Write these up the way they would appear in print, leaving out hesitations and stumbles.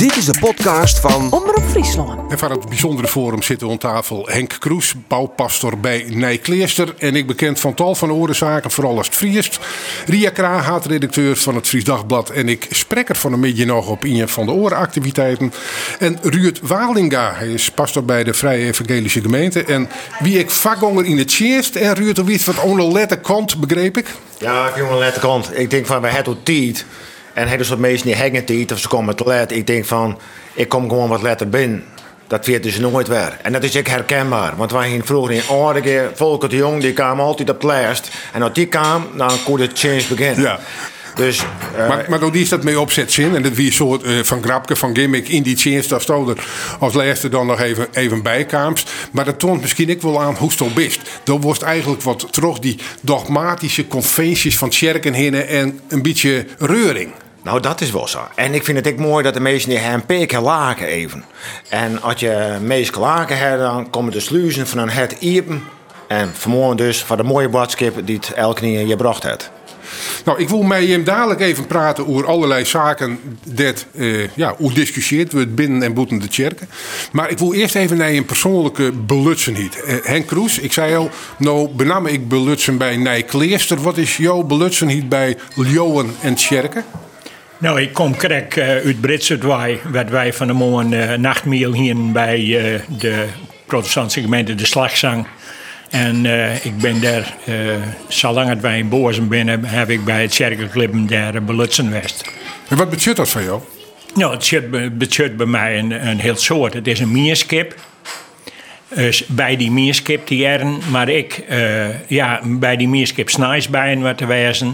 Dit is de podcast van Omroep Friesland. En van het bijzondere forum zitten we aan tafel Henk Kroes, bouwpastor bij Nijkleester. En ik bekend van tal van orenzaken, vooral als het vriest. Ria Kraag, haatredacteur van het Fries Dagblad. En ik spreker van een beetje nog op een van de orenactiviteiten. En Ruud Walinga, hij is pastor bij de Vrije Evangelische Gemeente. En wie ik vakgonger in het tjeest. En Ruud, er weet wat onder letter kant, begreep ik? Ja, ik jongen letter kant. Ik denk van, wij hebben het tijd. En hij dus wat mensen die hangen tijd of ze komen te laat. Ik denk van, ik kom gewoon wat later binnen. Dat weet dus nooit weer. En dat is ook herkenbaar. Want wij gingen vroeger in Aardige, Volker de Jong, die kwamen altijd op het laatst. En als die kwam, dan kon de change beginnen. Ja. Dus, maar door die is dat mee opzet zin. En dat wie een soort van grapje, van gimmick in die change. Dat stond er als laatste dan nog even bijkaamst. Maar dat toont misschien ook wel aan hoe het bist. Dan wordt eigenlijk wat terug die dogmatische conventies van Tjerken hinnen en een beetje reuring. Nou, dat is wel zo. En ik vind het ook mooi dat de mensen die hem peken laken even. En als je meest laken hebt, dan komen de sluizen van een het iepen. En vanmorgen dus van de mooie boodschap die het elke keer je gebracht heeft. Nou, ik wil met hem dadelijk even praten over allerlei zaken dat hoe discussieerd wordt binnen en buiten de kerken. Maar ik wil eerst even naar een persoonlijke belutsenheid. Henk Kroes, ik zei al, nou benam ik belutsen bij Nijkleester. Wat is jouw belutsenheid bij Leeuwen en Tjerken? Nou, ik kom correct uit Britserdwaai, waar wij van de morgen nachtmeal hier bij de protestantse gemeente De Slagzang. En ik ben daar, zolang het wij in Bozen binnen, heb ik bij het Tjerkenclub daar belutsen West. En wat betekent dat van jou? Nou, het betekent bij mij een heel soort. Het is een mierskip. Dus bij die mierskip die eren, maar ik, bij die mierskip snijs bij wat te wezen.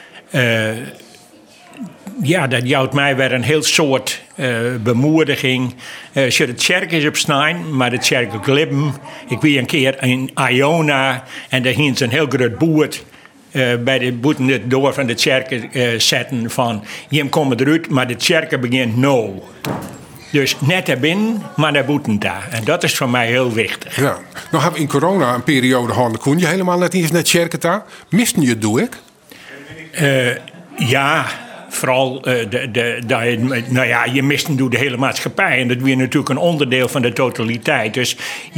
Dat jouwt mij weer een heel soort bemoediging. De kerk is op snijn, maar de Tjerkenclub. Ik was een keer in Iona en daar hing ze een heel groot boord bij de boeten het door van de kerk zetten van je komt eruit, maar de kerk begint nou. Dus net erbinnen, maar naar boeten daar. En dat is voor mij heel wichtig. Ja. Nou hebben we in corona een periode gehad, kon je helemaal net eens naar de kerk daar. Misten je het, doe ik? Ja. Vooral, je mist door de hele maatschappij. En dat weer natuurlijk een onderdeel van de totaliteit. Dus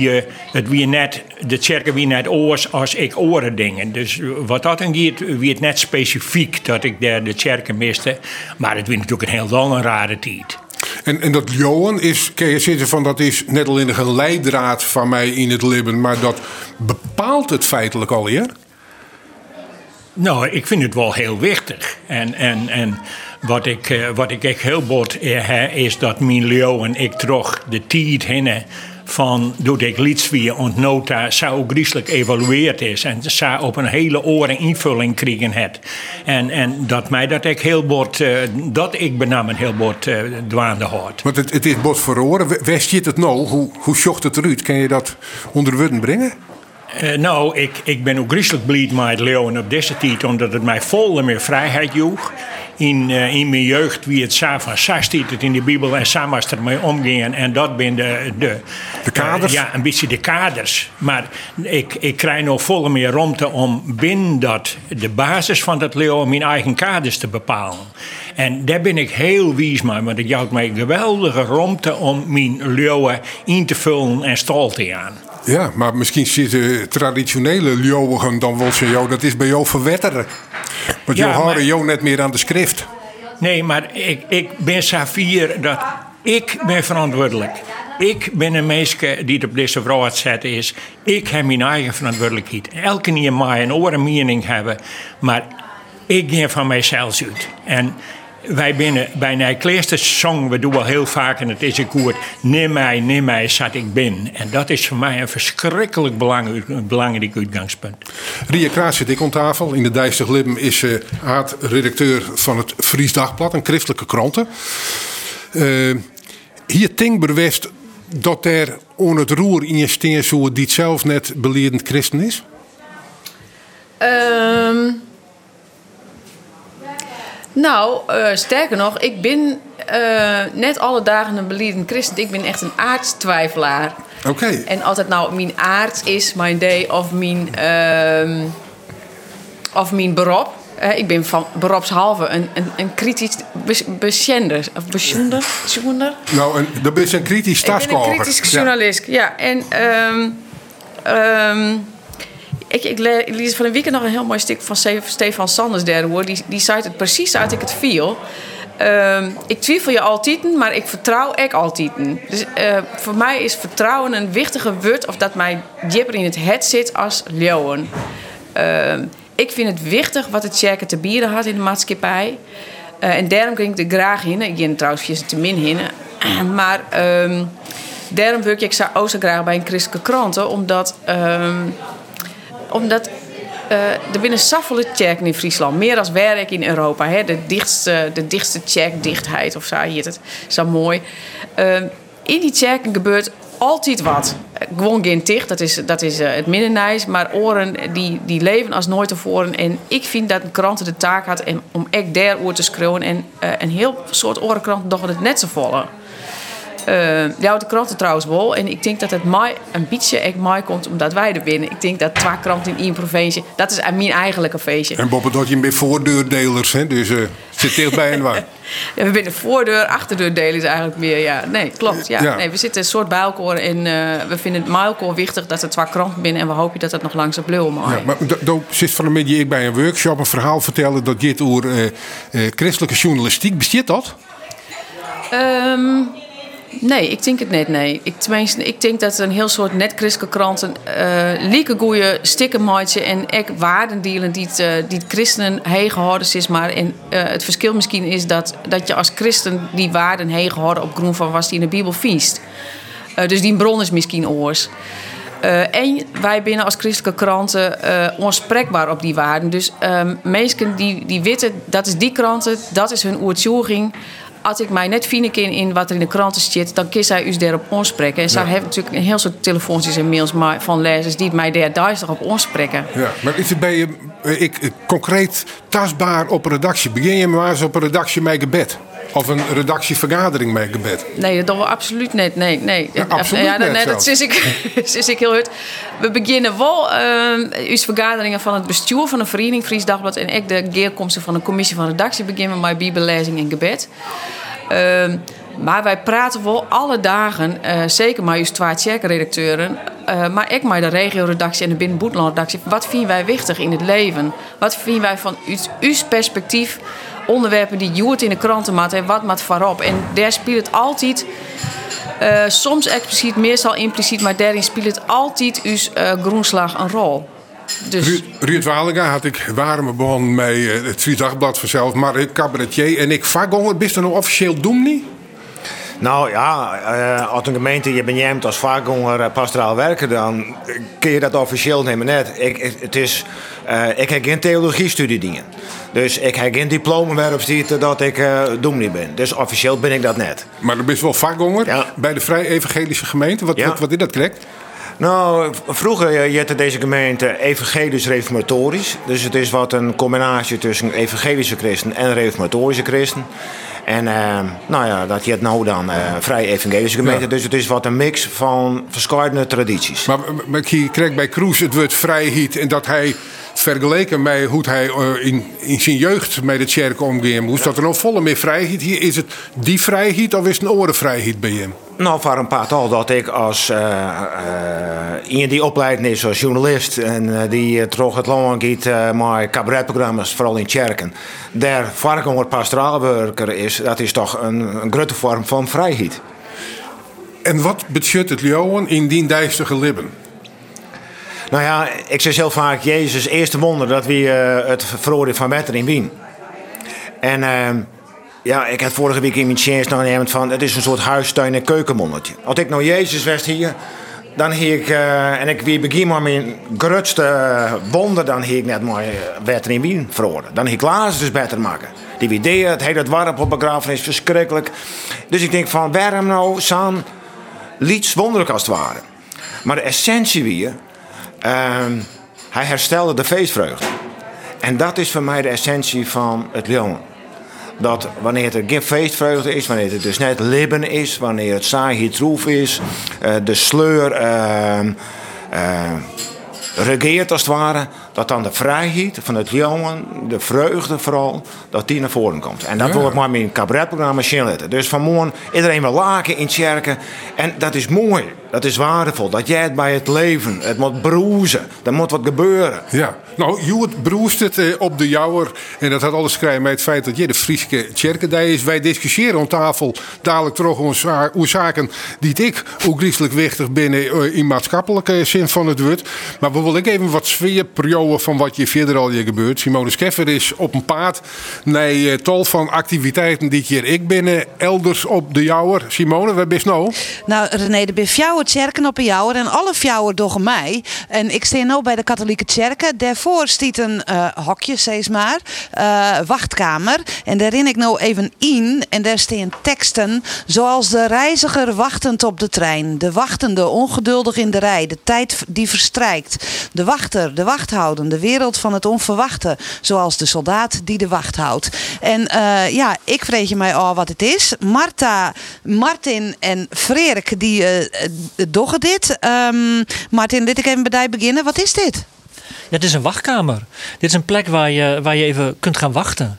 de kerken wie net oors als ik oren dingen. Dus wat dat dan gaat, wie het net specifiek dat ik daar de kerken miste. Maar het weer natuurlijk een heel lange rare tijd. En dat Johan is, kun je zeggen van dat is net al in een leidraad van mij in het leven. Maar dat bepaalt het feitelijk al hier? Nou, ik vind het wel heel wichtig. En wat ik echt heel bot heb, is dat mijn Leo en ik toch de tijd hinnen van doet ik lietswier ontnota zo griezelig evalueerd is en zo op een hele oren invulling kregen het. En dat mij dat ik heel bot, dat ik benam een heel bot dwaande hoort. Want het is bot voor oren. Wist je het nou? Hoe zocht het eruit? Kan je dat onder woorden brengen? Nou, ik ben ook griezelig blij met Leeuwen op deze tijd, omdat het mij vol meer vrijheid joeg. In mijn jeugd, wie het zo van staat het in de Bijbel en zo was er mee omgingen. En dat ben de kaders? Een beetje de kaders. Maar ik krijg nog vol meer ruimte om binnen de basis van dat Leeuwen mijn eigen kaders te bepalen. En daar ben ik heel wies mee, want het jouwt mij geweldige ruimte om mijn Leeuwen in te vullen en stal te gaan. Ja, maar misschien zitten traditionele Leeuwen dan wel zo jou. Dat is bij jou verwetteren. Want je houden jou net meer aan de schrift. Nee, maar ik ben Savier dat ik ben verantwoordelijk. Ik ben een meisje die het op deze vrouw het zetten is. Ik heb mijn eigen verantwoordelijkheid. Elke keer mij een oren mening hebben. Maar ik ga van mijzelf uit. En wij binnen bij Nijkleester zongen we doen wel heel vaak en het is een koer. Neem mij, zat ik binnen. En dat is voor mij een verschrikkelijk belangrijk uitgangspunt. Ria Kraas zit ik aan tafel. In de Dijstig Lippen is ze redacteur van het Fries Dagblad, een christelijke krant. Hier Ting West dat er on het roer in je steen zo die zelf net beleerdend christen is? Sterker nog, ik ben net alle dagen een believend christen. Ik ben echt een aardstwijfelaar. Oké. En als het nou mijn aard is, mijn day of mijn beroep. Ik ben van beroepshalve een kritisch bezender. Of bezonder? Nou, dat is een kritisch stadskoper. Ik ben een kritisch journalist, ja. En ik lees van een weekend nog een heel mooi stuk van Stefan Sanders derde hoor. Die zei het precies uit ik het viel. Ik twijfel je altijd, maar ik vertrouw ik altijd. Dus voor mij is vertrouwen een wichtige woord of dat mij dieper in het het zit als leeuwen. Ik vind het wichtig wat het kerken te bieden had in de maatschappij. En daarom ging ik er graag in. Ik ging trouwens via te min in. Maar daarom werk ik ook zo graag bij een christelijke kranten. Omdat er binnen zoveel kerken in Friesland. Meer dan werk in Europa. Hè? De dichtste kerkdichtheid of zo heet het. Zo mooi. In die kerken gebeurt altijd wat. Gewoon geen ticht, dat is het minnenijs. Maar oren die leven als nooit tevoren. En ik vind dat een krant de taak had om echt daarover te schreeuwen. En een heel soort orenkranten doen het net zo volle. Ja, de kranten trouwens wel. En ik denk dat het mij een beetje echt mij komt omdat wij er winnen. Ik denk dat 2 kranten in één provincie, dat is mijn eigenlijke feestje. En Bob, dat je met voordeurdelers, hè? Dus zit dichtbij en waar. Ja, we binnen voordeur, achterdeurdelers eigenlijk meer. Ja, nee, klopt. Ja. Ja. Nee, we zitten een soort bij elkaar en we vinden het mijlkoor wichtig dat er 2 kranten binnen en we hopen dat het nog langs op blauw mag. Ja, maar dan zit van een beetje ik bij een workshop een verhaal vertellen dat dit over christelijke journalistiek bestaat dat? Nee, ik denk het net, nee. Ik denk dat een heel soort net-christelijke kranten lieke goeie stikken maatje en ook waarden delen die het christenen hegehouden is. Maar het verschil misschien is dat je als christen die waarden hegehouden op grond van wat die in de Bijbel vindt. Dus die bron is misschien oors. En wij binnen als christelijke kranten onspreekbaar op die waarden. Dus mensen die weten, dat is die kranten, dat is hun oertjoeging. Als ik mij net vind in wat er in de kranten zit, dan kies hij u daarop onspreken. En zo hebben natuurlijk een heel soort telefoontjes en mails van lezers die mij daar duizelig op onspreken. Ja, maar is het bij je concreet tastbaar op een redactie? Begin je maar eens op een redactie met gebed? Of een redactievergadering met gebed? Nee, dat doen we absoluut niet. Nee. Ja, absoluut nee, dat is ik heel goed. We beginnen wel uw vergaderingen van het bestuur van een vereniging Fries Dagblad en ik de geerkomsten van de commissie van redactie beginnen met bibellezing en gebed. Maar wij praten wel alle dagen, zeker met uw 2 kerkredacteuren, maar ook met de regioredactie en de binnenboetenlandredactie. Wat vinden wij wichtig in het leven? Wat vinden wij van uw perspectief? Onderwerpen die Joert in de kranten maakt en wat maakt voorop. En daar speelt het altijd, soms expliciet, meestal impliciet, maar daarin speelt het altijd uw groenslag een rol. Dus... Ruud Walinga had ik warme begonnen met het Fries Dagblad vanzelf, maar ik cabaretier en ik vakgonger. Bist er nou officieel doen niet? Nou ja, als een gemeente je bent als vakgonger pastoraal werker, dan kun je dat officieel nemen net. Ik heb geen theologiestudie dingen. Dus ik heb geen diploma waarop ziet dat ik dominee ben. Dus officieel ben ik dat net. Maar dan ben je wel vakgonger bij de Vrij Evangelische Gemeente. Wat is dat correct? Nou, vroeger heette deze gemeente evangelisch-reformatorisch. Dus het is wat een combinatie tussen evangelische christen en reformatorische christen. En dat je het nou dan Vrij Evangelische Gemeente. Ja. Dus het is wat een mix van verschillende tradities. Maar ik kreeg bij Kroes het woord vrijheid en dat hij vergeleken met hoe hij in zijn jeugd met de kerk omging moest. Dat er nog volle meer vrijheid. Hier is het die vrijheid of is het een orenvrijheid bij hem? Nou, voor een paar tal dat ik als in die opleiding is als journalist en die toch het lang gaat met cabaretprogramma's, vooral in kerken, daar varkonger pastoraal werker is, dat is toch een grote vorm van vrijheid. En wat betreft het leeuwen in die dijstige libben? Nou ja, ik zeg heel vaak, Jezus' eerste wonder dat we het verhoorde van Wetter in Wien. En ik had vorige week in mijn chance nog iemand van, het is een soort huistuin- en keukenmonnetje. Als ik nou Jezus was hier, dan hier ik, en ik weer begin met mijn grootste wonder, dan hier ik net maar Wetter in Wien verhoorde. Dan hier ik Lazarus beter maken. Die idee, het hele warp op begrafenis, verschrikkelijk. Dus ik denk van, waarom nou zo'n lieds wonderlijk als het ware? Maar de essentie weer, hij herstelde de feestvreugde. En dat is voor mij de essentie van het leeuwen. Dat wanneer er geen feestvreugde is, wanneer het dus net libben is, wanneer het saai troef is, de sleur regeert als het ware, dat dan de vrijheid van het jongen, de vreugde vooral, dat die naar voren komt. En dat wordt maar mijn cabaretprogramma Schilletten. Dus vanmorgen iedereen wil laken in het kerken. En dat is mooi, dat is waardevol. Dat jij het bij het leven, het moet broezen, er moet wat gebeuren. Ja, nou, Joert broest het op de jouwer. En dat had alles te krijgen met het feit dat je de Friese kerkendij is. Wij discussiëren aan tafel dadelijk terug over zaken die ik ook griezelig wichtig binnen in maatschappelijke zin van het woord. Maar we willen even wat sfeer perioden van wat je verder al je gebeurt. Simone Scheffer is op een paard naar tal van activiteiten die hier ik binnen elders op de jouwer. Simone, waar ben je nou? Nou, René, er zijn fjouwer kerken op een jouwer en alle fjouwer door mij. En ik sta nu bij de katholieke kerken. Daarvoor stiet een hokje, steeds maar, wachtkamer. En daarin ik nou even in en daar staan teksten zoals de reiziger wachtend op de trein. De wachtende ongeduldig in de rij. De tijd die verstrijkt. De wachter, de wachthouder. De wereld van het onverwachte. Zoals de soldaat die de wacht houdt. En ik vrees je mij al wat het is. Marta, Martin en Freek die doggen dit. Martin, dit ik even bij jou beginnen. Wat is dit? Ja, dit is een wachtkamer. Dit is een plek waar je even kunt gaan wachten.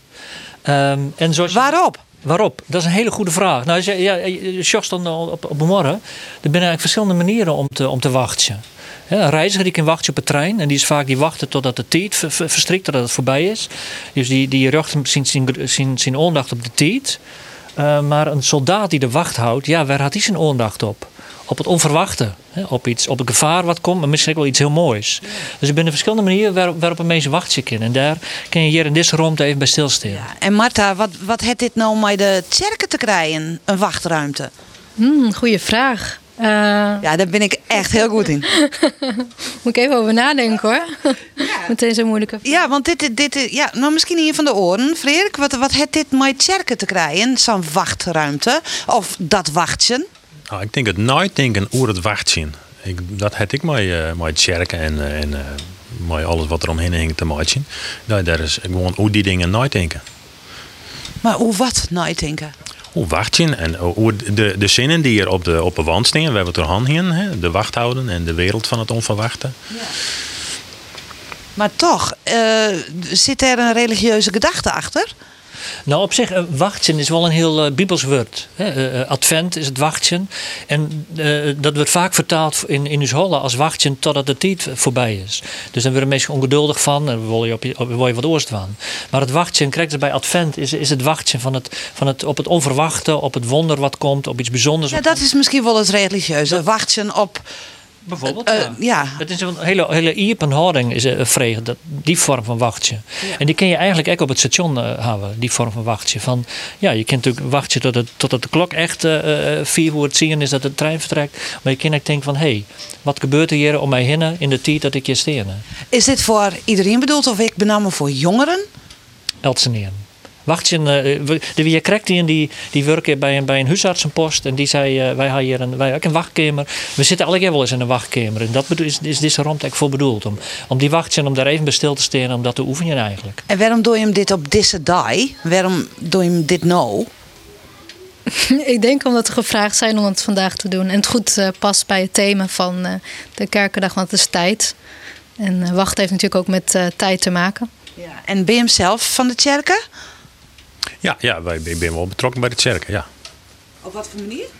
En zoals Waarop? Waarop? Dat is een hele goede vraag. Nou, je zocht dan op de morgen. Er zijn eigenlijk verschillende manieren om te wachten. Een reiziger die kan wachten op een trein. En die is vaak die wachten totdat de tijd verstrikt, totdat het voorbij is. Dus die richt zijn aandacht op de tijd. Maar een soldaat die de wacht houdt, ja, waar had hij zijn aandacht op? Op het onverwachte. Op het gevaar wat komt, maar misschien wel iets heel moois. Ja. Dus er zijn verschillende manieren waarop een mens wachten kan. En daar kun je hier in deze ruimte even bij stilstaan. Ja. En Marta, wat heeft dit nou met de kerken te krijgen? Een wachtruimte? Goeie vraag. Ja, daar ben ik echt heel goed in. Moet ik even over nadenken hoor. Ja. Meteen zo'n moeilijke vraag. Ja, want dit nou misschien hier van de oren. Freek, wat heeft dit met kerken te krijgen? Zo'n wachtruimte? Of dat wachtje? Nou, ik denk het nooit denken over het wachtjen. Dat had ik met kerken en met alles wat er omheen hing te maken. Daar is gewoon hoe die dingen nooit denken. Maar hoe wat nooit denken? Hoe wachtjen en hoe de zinnen die hier op de wand staan. We hebben het er hand in, de wachthouden en de wereld van het onverwachte. Ja. Maar toch, zit er een religieuze gedachte achter? Nou, op zich, wachten is wel een heel Bijbels woord. Advent is het wachten. En dat wordt vaak vertaald in ons hollen als wachten totdat de tijd voorbij is. Dus dan worden mensen ongeduldig van en wil je wat oorst van. Maar het wachten, krijg je bij Advent, is het wachten van het op het onverwachte, op het wonder wat komt, op iets bijzonders. Ja, dat is misschien wel het religieuze. Wachten op... Bijvoorbeeld, ja. Het is een hele iepen houding, is die vorm van wachtje. Ja. En die kun je eigenlijk ook op het station houden, die vorm van wachtje. Van, ja, je kunt natuurlijk wachten totdat de klok echt 4 uur zien is dat de trein vertrekt. Maar je kunt ook denken van, hé, wat gebeurt er hier om mij heen in de tijd dat ik hier sta? Is dit voor iedereen bedoeld of ik benam voor jongeren? Eltseneren. Wachtje, de krijgt die werken bij een huisartsenpost en die zei, wij hebben ook een wachtkamer. We zitten alle keer wel eens in een wachtkamer. En dat is deze ruimte eigenlijk voor bedoeld. Om die wachtje, om daar even bij stil te staan, om dat te oefenen eigenlijk. En waarom doe je hem dit op deze dag? Waarom doe je hem dit nou? Ik denk omdat we gevraagd zijn om het vandaag te doen. En het goed past bij het thema van de kerkendag, want het is tijd. En wachten heeft natuurlijk ook met tijd te maken. Ja. En ben je hem zelf van de kerken? Ja, ik ben wel betrokken bij de kerken, ja. Op wat voor manier?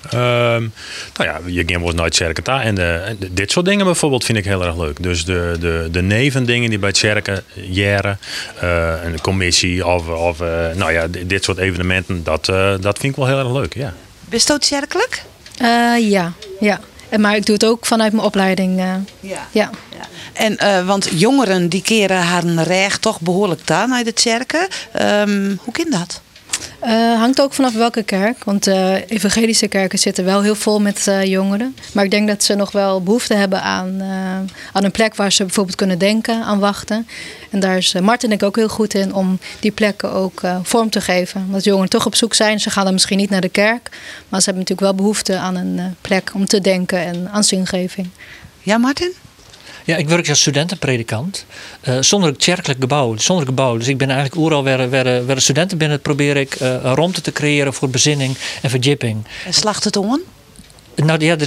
Nou ja, je gaat wel eens nooit kerken daar. En dit soort dingen bijvoorbeeld vind ik heel erg leuk. Dus de nevendingen die bij het kerken jaren, een commissie of nou ja, dit soort evenementen, dat vind ik wel heel erg leuk, ja. Ben je ook kerkelijk? Ja. Maar ik doe het ook vanuit mijn opleiding. Ja. En want jongeren die keren haar recht toch behoorlijk daar naar de kerken. Hoe kan dat? Hangt ook vanaf welke kerk. Want evangelische kerken zitten wel heel vol met jongeren. Maar ik denk dat ze nog wel behoefte hebben aan een plek waar ze bijvoorbeeld kunnen denken, aan wachten. En daar is Martin denk ik ook heel goed in om die plekken ook vorm te geven. Want jongeren toch op zoek zijn. Ze gaan dan misschien niet naar de kerk. Maar ze hebben natuurlijk wel behoefte aan een plek om te denken en aan zingeving. Ja, Martin? Ja, ik werk als studentenpredikant. Zonder een kerkelijk gebouw. Dus ik ben eigenlijk overal waar de studenten binnen probeer ik een ruimte te creëren voor bezinning en verdieping. En slacht het om? Nou ja,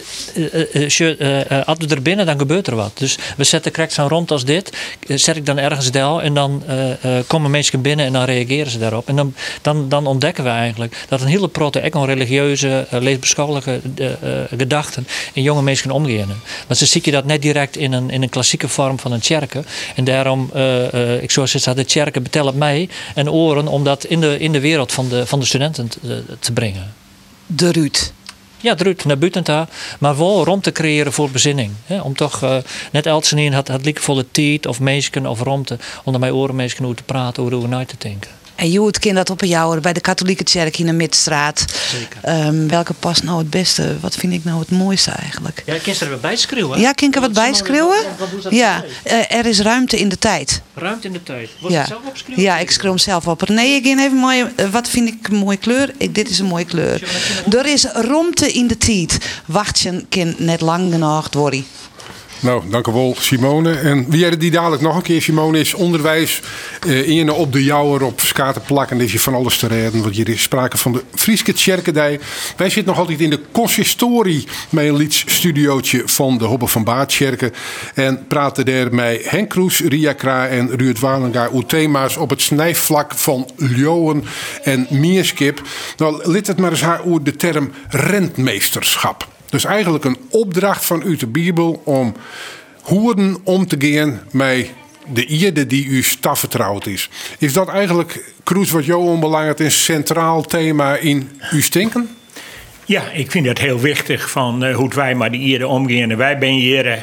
als we er binnen, dan gebeurt er wat. Dus we zetten correct zo'n rond als dit. Zet ik dan ergens deel en dan komen mensen binnen en dan reageren ze daarop. En dan ontdekken we eigenlijk dat een hele prote, ook een religieuze, levensbeschouwelijke gedachten in jonge mensen omgaan. Want ze zie je dat net direct in een klassieke vorm van een tjerke. En daarom, ik zou zeggen, de tjerke betelt mij en oren om dat in de wereld van de studenten te brengen. De Ruud. Ja, eruit naar buiten daar, maar wel ruimte creëren voor bezinning. Hè? Om toch net elke keer had liefdevolle tijd of mensen of ruimte om er met oren mensen over te praten, over na te denken. En je kind dat op een jouwer bij de katholieke kerk in de Midstraat. Zeker. Welke past nou het beste? Wat vind ik nou het mooiste eigenlijk? Ja, kun je er wat bijschreeuwen? Ja, kan ik er wat bijschreeuwen? Ja, er is ruimte in de tijd. Ruimte in de tijd. Wordt je het zelf opschreeuwen? Ja, ik schreeuw hem zelf op. Nee, ik ga even mooi. Wat vind ik een mooie kleur? Dit is een mooie kleur. Er is ruimte in de tijd. Wachtje kan net lang genoeg worden. Nou, dank u wel, Simone. En wie er die dadelijk nog een keer, Simone, is onderwijs in op de jouwer op skaten plakken. Dus je van alles te redden. Want hier is sprake van de Frieske Tjerkedij. Wij zitten nog altijd in de consistorie met een liedstudiootje van de Hobbe van Baartjerken. En praten daar met Henk Kroes, Ria Kra en Ruud Walenga over thema's op het snijvlak van Ljoen en Mierskip. Nou, liet het maar eens haar over de term rentmeesterschap. Dus eigenlijk een opdracht van uit de Bijbel om hoeren om te gaan met de ierde die u stafvertrouwd is. Is dat eigenlijk, Kroes, wat jou onbelangrijk een centraal thema in uw stinken? Ja, ik vind het heel wichtig van hoe wij met die ierde omgaan. Wij zijn hier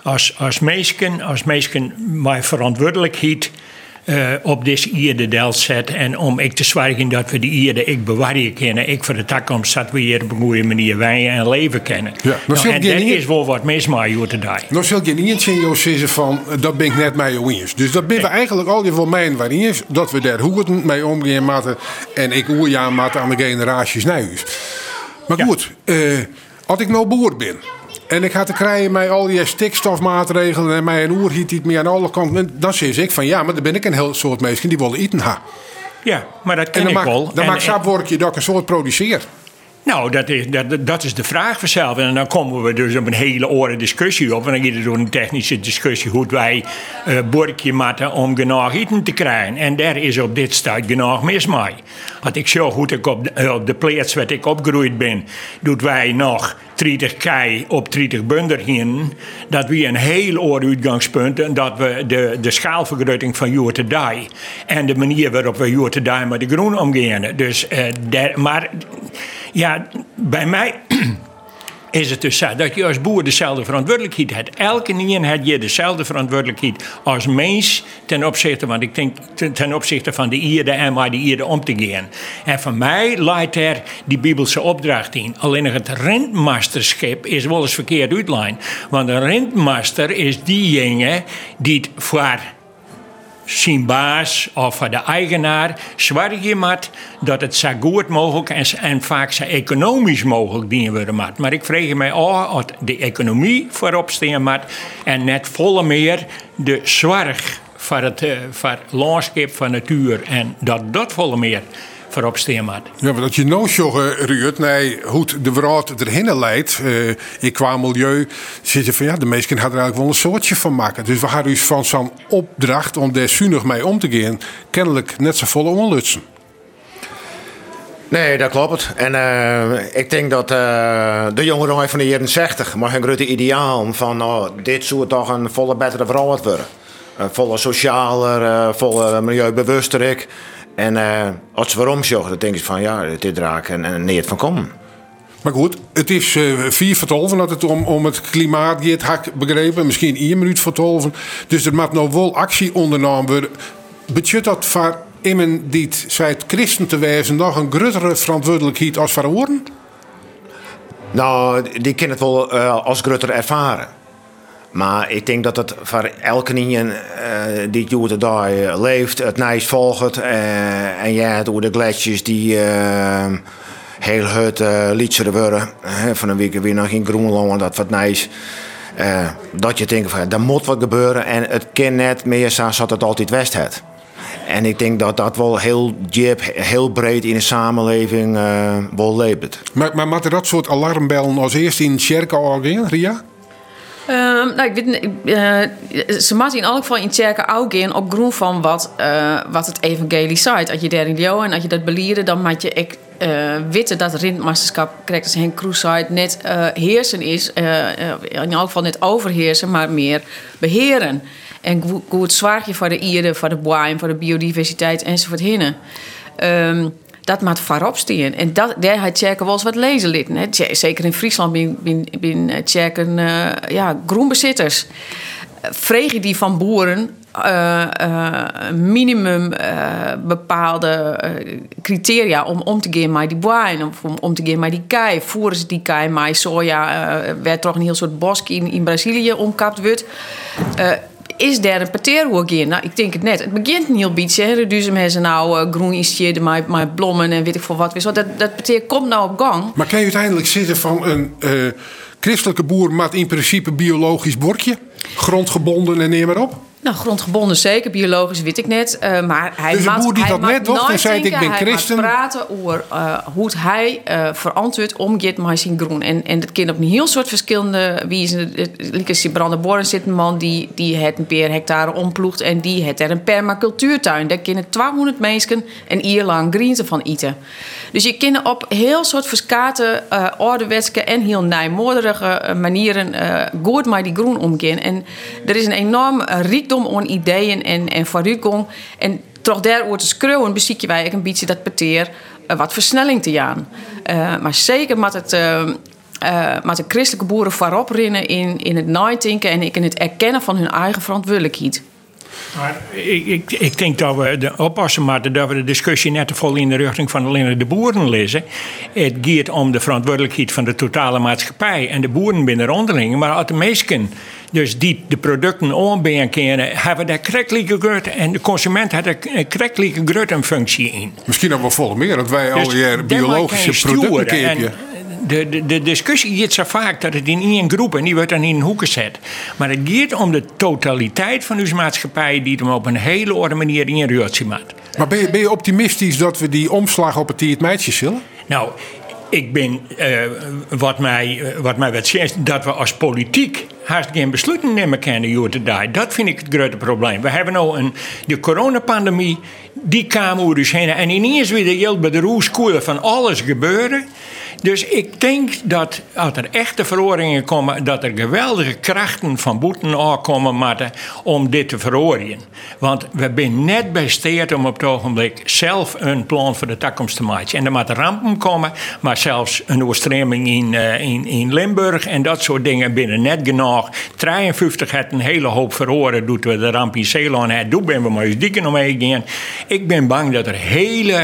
als mensen met verantwoordelijkheid op deze ierde deel zetten. En om ik te zorgen dat we die ierde ik bewaren kunnen. Ik voor de toekomst dat we hier op een goede manier wijnen en leven kennen. Ja, en dat is wel wat mis maar hier today. Nou zul je niet in jou zeggen van dat ben ik net met jou eens. Dus dat ben we eigenlijk al wel mijn waarin dat we daar hoeden mee omgaan moeten. En ik hoor ja moeten aan de generaties na u. Maar goed, als ik nou boer ben. En ik ga te krijgen met al die stikstofmaatregelen en mij een oerhiet die meer aan alle kanten. Dan zeg ik van ja, maar dan ben ik een heel soort mensen die willen eten ha. Ja, maar dat ken ik wel. Dan maakt sapworkje dat ik een soort produceer. Nou, dat is de vraag vanzelf. En dan komen we dus op een hele oren discussie op. En dan gaat het door een technische discussie hoe wij borkje moeten om genoeg eten te krijgen. En daar is op dit stad genoeg mis mee. Want ik zo goed ik op de plaats waar ik opgegroeid ben, doet wij nog 30 kei op 30 bunder heen. Dat we een heel oor uitgangspunt en dat we de schaalvergroting van jaar te dag en de manier waarop we jaar te dag met de groen omgaan. Dus, maar ja, bij mij is het dus zo dat je als boer dezelfde verantwoordelijkheid hebt. Elke nien heb je dezelfde verantwoordelijkheid als mens ten opzichte, want ik denk ten opzichte van de ierde en maar de ierde om te gaan. En voor mij leidt er die Bijbelse opdracht in. Alleen het rentmeesterschap is wel eens verkeerd uitlijn. Want een rentmeester is diegene die het voor zijn baas of voor de eigenaar zorgen moet dat het zo goed mogelijk en vaak zo economisch mogelijk dienen worden moet. Maar ik vraag me af of de economie voorop staan moet en net volle meer de zorg voor het landschap, voor natuur en dat volle meer voorop staan moet. Ja, maar dat je nou zeggen, Ruud, nee, hoe de wereld erheen leidt, qua milieu, zitten van ja, de meesten hadden er eigenlijk wel een soortje van maken. Dus we hadden dus van zo'n opdracht om daar zuinig mee om te gaan, kennelijk net zo vol onlutsen. Nee, dat klopt. En ik denk dat de jongeren van de jaren 60 maar een grote ideaal van dit zou toch een volle betere wereld worden. Een volle socialer, volle milieubewuster. En als we waarom zeggen, dan denk ik van ja, dit raak en niet van komen. Maar goed, het is 4:12 dat het om het klimaat gaat, had ik begrepen. Misschien 1 minuut voor 12. Dus er moet nou wel actie ondernomen worden. Betekent dat voor iemand die zei het christen te wijzen nog een grotere verantwoordelijkheid als voor oren? Nou, die kan het wel als groter ervaren. Maar ik denk dat het voor elke nien die het daar leeft, het nijs volgt. En ja, door de gletsjers die heel hut liederen worden. Van een week weer nog in Groenland, dat wat nijs. Dat je denkt van, er moet wat gebeuren en het kan net meer zoals het altijd west had. En ik denk dat dat wel heel breed in de samenleving wel leeft. Maar moeten dat soort alarmbellen als eerst in Tjerken al gaan, Ria? Ik weet, ze moeten in elk geval in Tjerken ook gaan op grond van wat het evangelie zegt. Als je daarin leeuwen en als je dat belieren, dan moet je weten dat het rintmeesterschap, krijgt als Henk Kroes zei, net heersen is. In elk geval niet overheersen, maar meer beheren. En goed zwaar je voor de ieren, voor de boeien, voor de biodiversiteit enzovoort hinnen. Dat moet voorop staan. En daar had Tjerken wel eens wat lezen litten. Zeker in Friesland zijn Tjerken groenbezitters. Vreeg je die van boeren minimum bepaalde criteria om te gaan met die boeien, of om te gaan met die kei. Voeren ze die kei met soja, werd toch een heel soort bosk in Brazilië omkapt wordt. Is daar een parterhoek in? Nou, ik denk het net. Het begint een heel beetje. Dus hebben ze nou groen istje met blommen en weet ik veel wat. Dat parterre komt nou op gang. Maar kan je uiteindelijk zitten van een christelijke boer met in principe biologisch bordje? Grondgebonden en neem maar op? Nou, grondgebonden zeker, biologisch weet ik net. Maar hij dus een boer die dat net toch, dan zei ik ben christen. Hij mag praten over hoe hij verantwoordt omgaat met zijn groen. En dat kan op een heel soort verschillende wijzen. Als je Brandenborn zit een man die het een paar hectare omploegt en die het er een permacultuurtuin. Daar kunnen 200 mensen een jaar lang groenten van eten. Dus je kan op heel soort verschillende ouderwetse en heel nijmoederige manieren goed met die groen omgaan. En er is een enorm rijkdom aan ideeën en vooruitgang. En toch daarover te schreeuwen, beziek je wij een beetje dat parterre wat versnelling te gaan. Maar zeker met de christelijke boeren voorop rennen in het nadenken en in het erkennen van hun eigen verantwoordelijkheid. Maar ik denk dat we oppassen moeten dat we de discussie net te vol in de richting van alleen de boeren lezen. Het gaat om de verantwoordelijkheid van de totale maatschappij en de boeren binnen onderling, maar als de meesten dus die de producten aanbieden kunnen, hebben daar correctlijke grut en de consument heeft er correctlijke grut een functie in. Misschien nog wel vol meer, dat wij dus al je biologische producten kepen. De discussie gaat zo vaak dat het in één groep en die wordt dan in een hoek gezet. Maar het gaat om de totaliteit van onze maatschappij die hem op een hele orde manier inruurt. Maar ben je optimistisch dat we die omslag op het meisje zullen? Nou, ik ben, wat mij wat zegt, dat we als politiek haast geen besluiten nemen kunnen. Dat vind ik het grote probleem. We hebben nou de coronapandemie, die kwam over ons heen. En ineens weer de bij de roeskoelen van alles gebeuren. Dus ik denk dat als er echte verhoringen komen, dat er geweldige krachten van boeten aankomen moeten om dit te verhoren. Want we zijn net bij steed om op het ogenblik zelf een plan voor de toekomst te maken. En er moeten rampen komen, maar zelfs een overstroming in Limburg en dat soort dingen binnen net genoeg. 53 had een hele hoop verhoren, doet we de ramp in Zeeland had, toen ben we maar eens dikker omheen gegaan. Ik ben bang dat er hele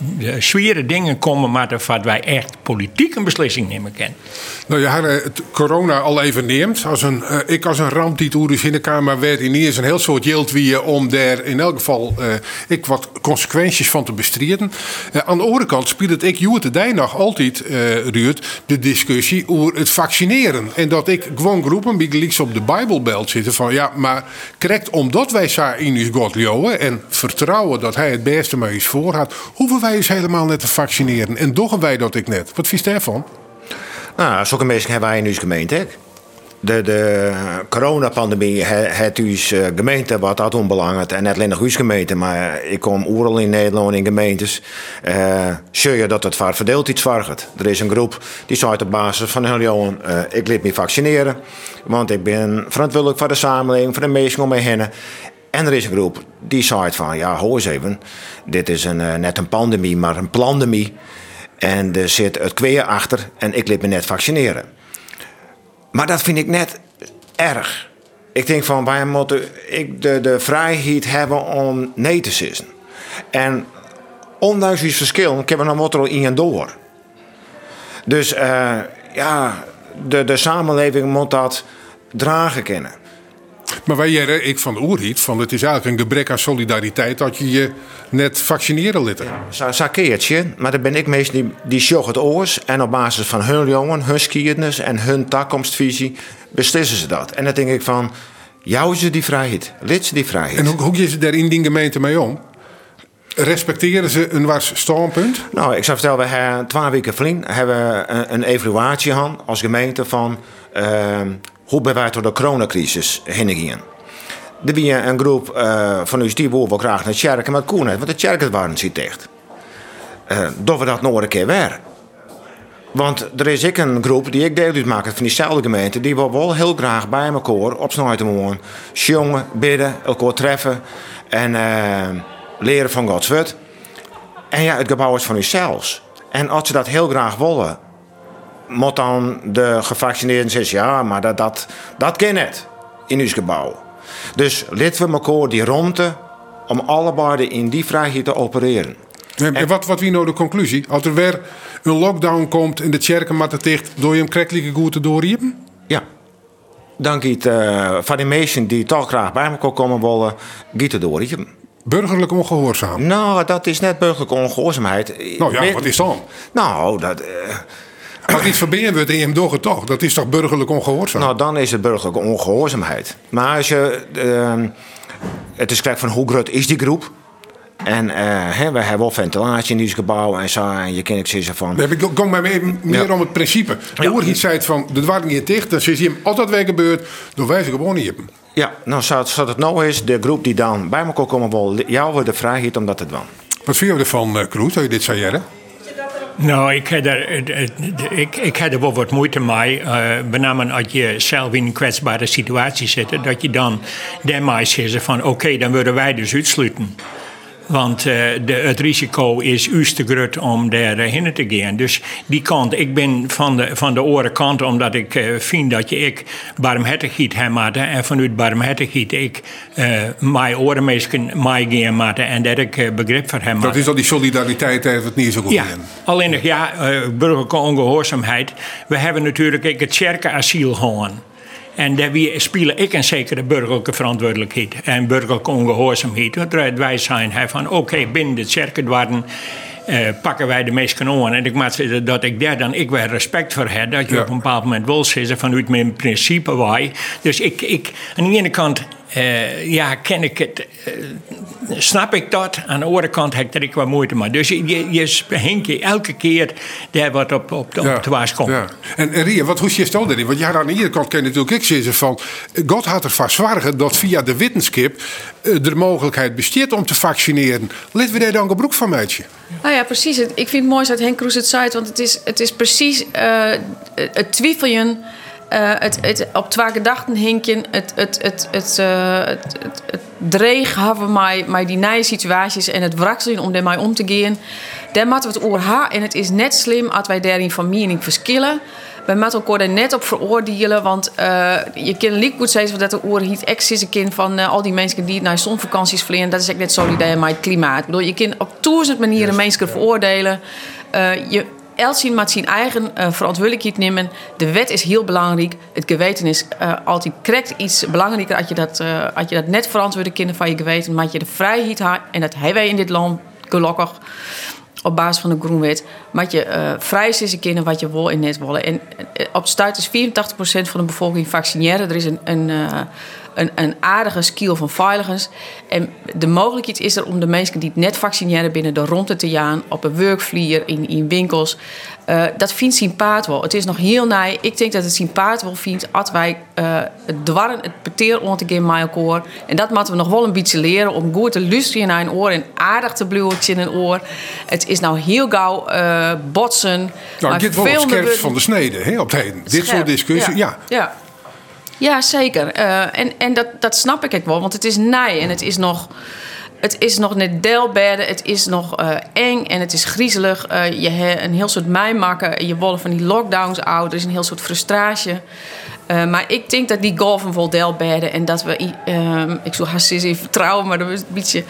zware dingen komen, maar wat wij echt politiek een beslissing nemen kunnen. Nou, je had het corona al even neemt. Ik als een ramp die toen in de Kamer werd in eerst een heel soort yield wie om daar in elk geval wat consequenties van te bestrijden. Aan de andere kant speelt het de nog altijd, Ruud, de discussie over het vaccineren. En dat ik gewoon groepen bij gelijks op de Bijbelbelt zitten van ja, maar correct omdat wij zo in ons God geloven en vertrouwen dat hij het beste met ons voor had, hoeven wij eens helemaal net te vaccineren. En doggen wij dat ik net. Wat vies daarvan? Nou, zulke mensen hebben wij in onze gemeente. De coronapandemie heeft onze gemeente wat dat onbelangrijk en net alleen nog onze gemeente, maar ik kom overal in Nederland in gemeentes. Zie je dat het vaak verdeeld iets vargt. Er is een groep die zei op basis van heel jongen, ik laat me vaccineren, want ik ben verantwoordelijk voor de samenleving, voor de mensen om me heen. En er is een groep die zei van, ja, hoor eens even, dit is net een pandemie, maar een plandemie. En er zit het kweer achter en ik laat me net vaccineren. Maar dat vind ik net erg. Ik denk van, wij moeten de vrijheid hebben om nee te zeggen. En ondanks die verschil, kunnen we dan er al in en door. Dus de samenleving moet dat dragen kennen. Maar wij jaren, ik van de oerhiet, van het is eigenlijk een gebrek aan solidariteit dat je je net vaccineren liet. Zo'n keertje, maar dan ben ik meestal die sjog het oors en op basis van hun jongen, hun skiernis en hun toekomstvisie beslissen ze dat. En dan denk ik van, jou ze die vrijheid, lid ze die vrijheid. En hoe je ze daar in die gemeente mee om? Respecteren ze een was standpunt? Nou, ik zou vertellen, we hebben 2 weken geleden hebben een evaluatie gehad als gemeente van hoe ben wij door de coronacrisis heen gegaan. Er was een groep van ons die wil graag naar Tjerken, maar het kon niet, want de Tjerken waren niet dicht. Dat we dat nog een keer weer. Want er is ook een groep die ik deel uitmaak van diezelfde gemeente, die wil wel heel graag bij elkaar op snelheid wonen, jongen, bidden, elkaar treffen en leren van Gods woord. En ja, het gebouw is van uzelfs. En als ze dat heel graag willen, moet dan de gevaccineerden zeggen, ja, maar dat kan niet in ons gebouw. Dus laten we elkaar die ruimte om allebei in die vrijheid te opereren. En wat wie nou de conclusie? Als er weer een lockdown komt en de kerken matten dicht, door je hem krijgelijke goed te doorriepen? Ja. Dan giet van die mensen die toch graag bij elkaar komen willen, giet het doorriepen. Burgerlijk ongehoorzaam? Nou, dat is net burgerlijke ongehoorzaamheid. Nou ja, wat is dan? Nou, dat... Als iets verbinden wordt en je hem doet toch, dat is toch burgerlijk ongehoorzaam? Nou, dan is het burgerlijke ongehoorzaamheid. Maar als je... het is kijk van hoe groot is die groep? En we hebben wel ventilatie in dit gebouw en zo. En je kan ik zeggen van... Ik kom maar even meer om het principe. De oer iets zei van, de waren niet dicht. Dan zie je hem altijd weer gebeurd. Dan wijs ik gewoon niet op. Ja, nou, zoals het nou is, de groep die dan bij elkaar komen wil, jou de vrijheid om dat te doen. Wat vind je ervan, Kroes, dat je dit zei, hè? Nou, ik heb er wel wat moeite mee. Met name als je zelf in een kwetsbare situatie zit, dat je dan daarmee zegt van oké, dan willen wij dus uitsluiten. Want het risico is uur te groot om daarheen te gaan. Dus die kant, ik ben van de oren kant, omdat ik vind dat ik barmhartigheid heb moeten. En vanuit barmhartigheid ik mijn orenmeesken mij gaan moeten. En dat ik begrip voor hem. Dat is al die solidariteit heeft het niet zo goed in. Alleen nog burgerlijke ongehoorzaamheid. We hebben natuurlijk ook het kerkenasiel gehad. En daar spelen ik een zekere burgerlijke verantwoordelijkheid en burgerlijke ongehoorzaamheid. Wij zijn van oké, binnen de kerkendwarden pakken wij de meesten aan. En ik moet zeggen dat ik daar dan weer respect voor heb. Dat je op een bepaald moment wil zeggen vanuit mijn principe wij. Dus ik aan de ene kant ken ik het, snap ik dat. Aan de andere kant heb ik er wat moeite mee. Dus je henk je elke keer daar wat op te waas komt. Ja. En Ria, wat hoe je dat erin? Want ja, aan de ene kant kan je natuurlijk ook zeggen van... God had ervan zorgen dat via de wetenschap de mogelijkheid besteedt om te vaccineren. Laten we daar dan gebruik van maken? Nou ja, precies. Ik vind het mooi dat Henk Kroes het zei. Want het is precies het twijfeljen... Het op 2 gedachten hinken, het dreig hebben mij die nieuwe situaties en het wrakselen om daarmee om te gaan. Daar moeten we het over hebben. En het is net slim als wij daarin van mening verschillen. We moeten elkaar daar net op veroordelen, want je kan liek goed zeggen dat de oorhiet ex is een kind van al die mensen die naar zonvakanties vliegen. Dat is echt net solidair met het klimaat. Ik bedoel, je kan op 1000 manieren mensen veroordelen. Elzien moet zijn eigen verantwoordelijkheid nemen. De wet is heel belangrijk. Het geweten is altijd correct iets belangrijker. Als je dat net verantwoorden kind van je geweten, maar je de vrijheid hebt. En dat hebben wij in dit land gelukkig op basis van de Groenwet. Maar je vrij is een kind wat je wil en net willen. En op stuit is 84% van de bevolking vaccineren. Er is een aardige skill van veiligers. En de mogelijkheid is er om de mensen die het net vaccineren binnen de ronde te gaan, op een workvlier, in winkels. Dat vindt zijn paard wel. Het is nog heel naai. Ik denk dat het zijn paard wel vindt als wij het dwarren, het peteer om te gaan met elkaar. En dat moeten we nog wel een beetje leren om goed te luisteren naar een oor en aardig te blijven in een oor. Het is nou heel gauw botsen. Nou, dit wordt het scherpst van de snede, hè, op het heden. Dit soort discussie, ja. Ja, zeker. En dat snap ik ook wel, want het is naai en het is nog net deelbaar, het is nog eng en het is griezelig. Je hebt een heel soort mijmakken, je wil van die lockdowns oud, er is een heel soort frustratie. Maar ik denk dat die golven wel deelbaar en dat we, ik zou haast eens even vertrouwen, maar dat is een beetje...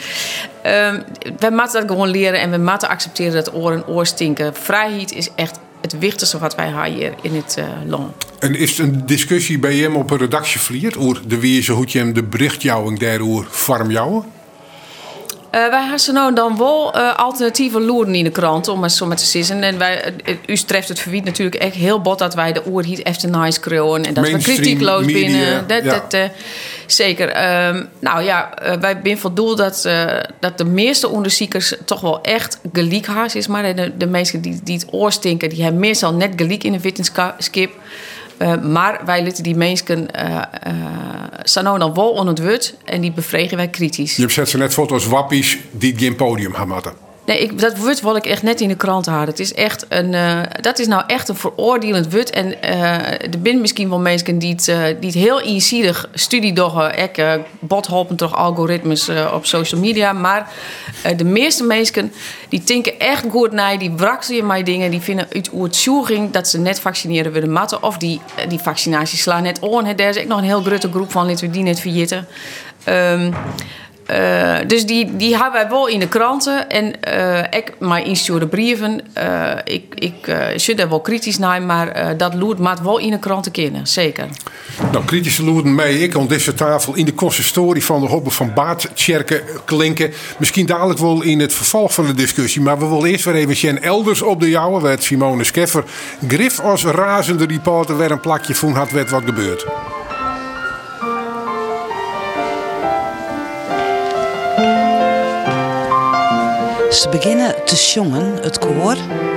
we moeten dat gewoon leren en we moeten accepteren dat oren oor stinken. Vrijheid is echt het wichtigste wat wij hebben hier in het land. En is het een discussie bij hem op een redactievlier? Over de wijze hoe je hem de berichtjouwing daarover farm jouwen? Wij hebben nou dan wel alternatieve loeren in de krant, om maar zo met te zeggen. En u treft het verwiet natuurlijk echt heel bot dat wij de oerhiet efter nice krullen en dat we kritiekloos binnen. Zeker. Wij zijn van doel dat de meeste onderzoekers toch wel echt gelijk hebben, is maar de mensen die het oorstinken, die hebben meestal net gelijk in de wetenschap. Maar wij laten die mensen staan nou dan wel onder het woord en die bevregen wij kritisch. Je zet ze net foto's wappies die geen podium gaan maken. Nee, dat woord wil ik echt net in de krant houden. Het is echt dat is nou echt een veroordelend woord. En er zijn misschien wel mensen die het heel eenzijdig studie doen. Botholpen toch algoritmes op social media. Maar de meeste mensen die denken echt goed na. Die wraksen je mij dingen. Die vinden uit het zoeging dat ze net vaccineren willen matten. Of die vaccinatie slaan net on. Daar is ook nog een heel grote groep van. Laten we die net vergeten. Dus die hebben wij wel in de kranten. En ik mijn instuurde brieven. Ik zit daar wel kritisch naar, maar dat loert maat wel in de kranten kennen, zeker. Nou, kritische loerden mij ik aan deze tafel in de consistorie van de Hobbe van Baartjerken klinken. Misschien dadelijk wel in het vervolg van de discussie. Maar we willen eerst weer even Jen Elders op de jouwe. Werd Simone Scheffer grif als razende reporter weer een plakje van had werd wat gebeurd. Ze beginnen te zongen, het koor.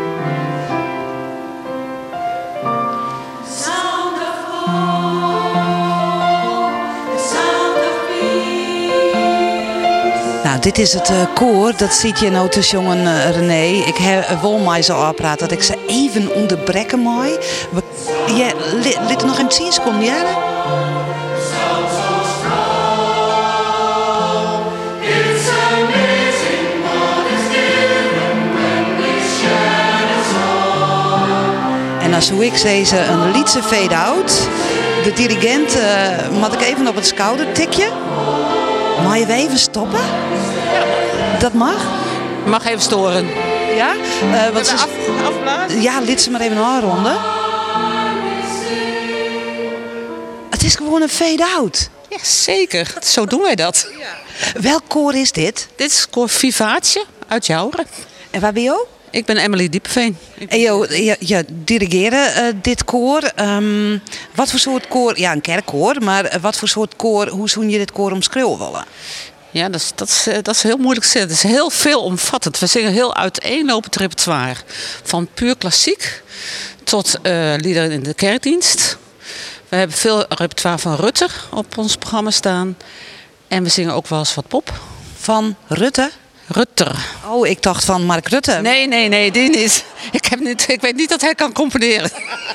Nou, dit is het koor, dat ziet je nou te zongen, René. Ik wil mij zo afpraten dat ik ze even onderbreken mooi. Ja, liet nog een 10 seconden, ja? En als hoe ik deze een liedse fade-out. De dirigent mag ik even op het schoudertikje. Mag je even stoppen? Dat mag? Mag even storen. Ja? Wat ze afblazen? Ja, liet ze maar even aanronden. Het is gewoon een fade-out. Ja, zeker. Zo doen wij dat. Ja. Welk koor is dit? Dit is koor Vivaatje uit Jouweren. En waar ben je? Ik ben Emily Diepeveen. En je dirigeren dit koor. Wat voor soort koor? Ja, een kerkkoor. Maar wat voor soort koor? Hoe zou je dit koor omschreeuwen willen? Ja, dat is heel moeilijk te zeggen. Het is heel veelomvattend. We zingen heel uiteenlopend repertoire. Van puur klassiek tot liederen in de kerkdienst. We hebben veel repertoire van Rutte op ons programma staan. En we zingen ook wel eens wat pop. Van Rutte? Rutter. Oh, ik dacht van Mark Rutte. Nee, die niet. Ik weet niet dat hij kan componeren.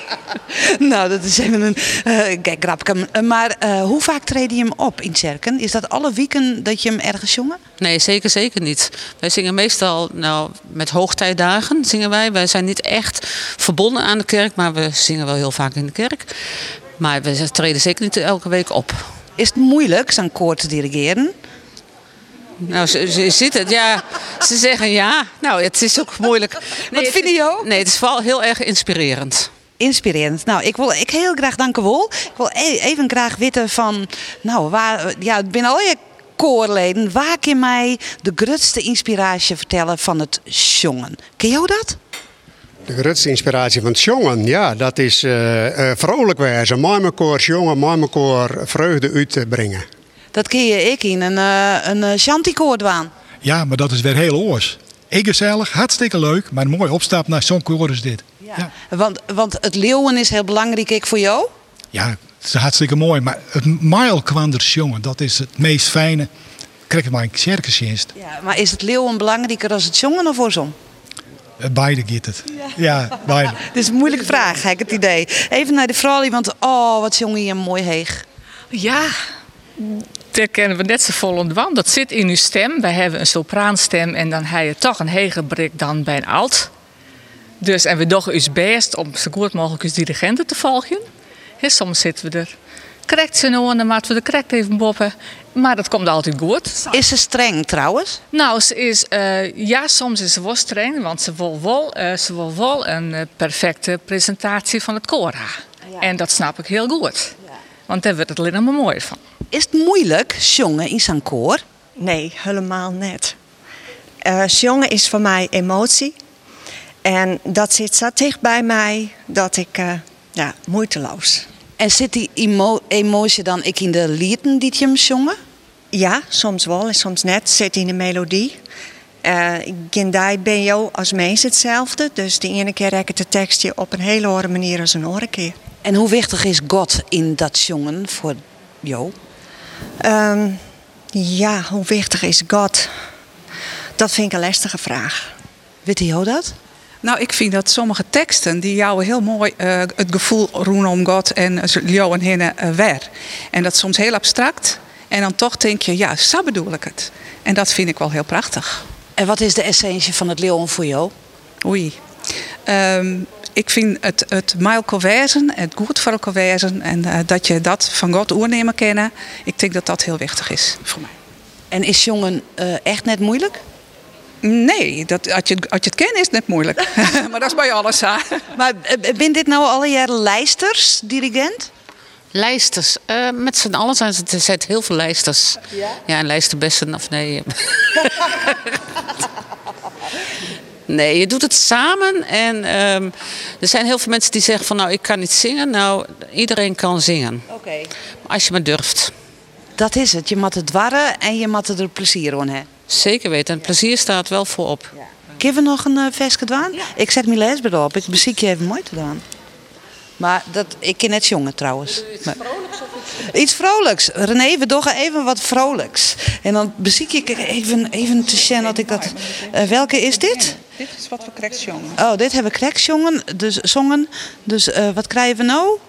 Nou, dat is even een grapje. Maar hoe vaak treed je hem op in Tjerken? Is dat alle weken dat je hem ergens zongen? Nee, zeker niet. Wij zingen meestal met hoogtijdagen zingen wij. Wij zijn niet echt verbonden aan de kerk, maar we zingen wel heel vaak in de kerk. Maar we treden zeker niet elke week op. Is het moeilijk zo'n koor te dirigeren? Nou, ze ziet het, ja. Ze zeggen ja. Nou, het is ook moeilijk. Wat vind je ook? Nee, het is vooral heel erg inspirerend. Inspirerend. Nou, ik heel graag danken wel. Ik wil even graag weten van, nou, het binnen al je koorleden, waar kan je mij de grootste inspiratie vertellen van het zongen? Ken jou dat? De grootste inspiratie van het zongen, ja, dat is vrolijk wezen. Met elkaar zongen, met elkaar vreugde uit te brengen. Dat kun je ik in een shantykoor doen. Ja, maar dat is weer heel oors. Gezellig, hartstikke leuk, maar een mooie opstap naar zo'n koor is dit. Ja. Want het leeuwen is heel belangrijk voor jou? Ja, het is hartstikke mooi, maar het mijlkwanders jongen, dat is het meest fijne. Krijg het maar een circusdienst. Ja, maar is het leeuwen belangrijker dan het zongen of andersom? Beide gaat het. Ja, beide. Het is een moeilijke vraag, heb ik het idee. Even naar de vrouw, want wat zong je mooi heeg. Ja, daar kennen we net zo vol ontwand. Dat zit in uw stem. Wij hebben een sopraanstem en dan heb je toch een heger brik dan bij een alt. Dus, en we doen ons best om zo goed mogelijk als dirigenten te volgen. Soms zitten we er correct zijn en dan moeten we de correct even boppen. Maar dat komt altijd goed. Is ze streng trouwens? Nou, ze is, soms is ze wel streng, want ze wil wel een perfecte presentatie van het koor. Ja. En dat snap ik heel goed. Ja. Want daar wordt het alleen maar mooi van. Is het moeilijk zongen in zo'n koor? Nee, helemaal niet. Jongen is voor mij emotie. En dat zit zo dicht bij mij dat ik moeiteloos. En zit die emotie dan ik in de liederen die je hem zongen? Ja, soms wel en soms net. Zit in de melodie. Gendai ben je als mens hetzelfde. Dus de ene keer rek ik het tekstje op een hele andere manier als een andere keer. En hoe wichtig is God in dat zongen voor jou? Hoe wichtig is God? Dat vind ik een lastige vraag. Weet jou dat? Nou, ik vind dat sommige teksten die jou heel mooi het gevoel rondom God en jou en henne weer. En dat is soms heel abstract. En dan toch denk je, ja, zo bedoel ik het. En dat vind ik wel heel prachtig. En wat is de essentie van het leeuwen voor jou? Oei. Ik vind het mailko wezen, het goed voor elkaar wezen. En dat je dat van God oernemen kennen. Ik denk dat dat heel wichtig is voor mij. En is jongen echt net moeilijk? Nee, als je het kent is het net moeilijk. Maar dat is bij alles. Hè? Maar ben dit nou alle jaren lijsters, dirigent? Lijsters. Met z'n allen zijn er heel veel lijsters. Ja? Ja, en lijsterbessen of nee. Nee, je doet het samen. En er zijn heel veel mensen die zeggen van nou, ik kan niet zingen. Nou, iedereen kan zingen. Oké. Maar als je maar durft. Dat is het. Je moet het dwarren en je moet er plezier aan hebben. Zeker weten. En plezier staat wel voorop. Ja. Kunnen we nog een versje doen? Ja. Ik zet mijn lesbed op. Ik beziek je even mooi te doen. Maar ik ken net jongen trouwens. Iets vrolijks of iets? Iets vrolijks. René, we doen even wat vrolijks. En dan beziek ik even te zien dat ik dat... welke is dit? Dit is wat we cracks jongen. Oh, dit hebben we cracks jongen. Dus zongen. Dus wat krijgen we nou?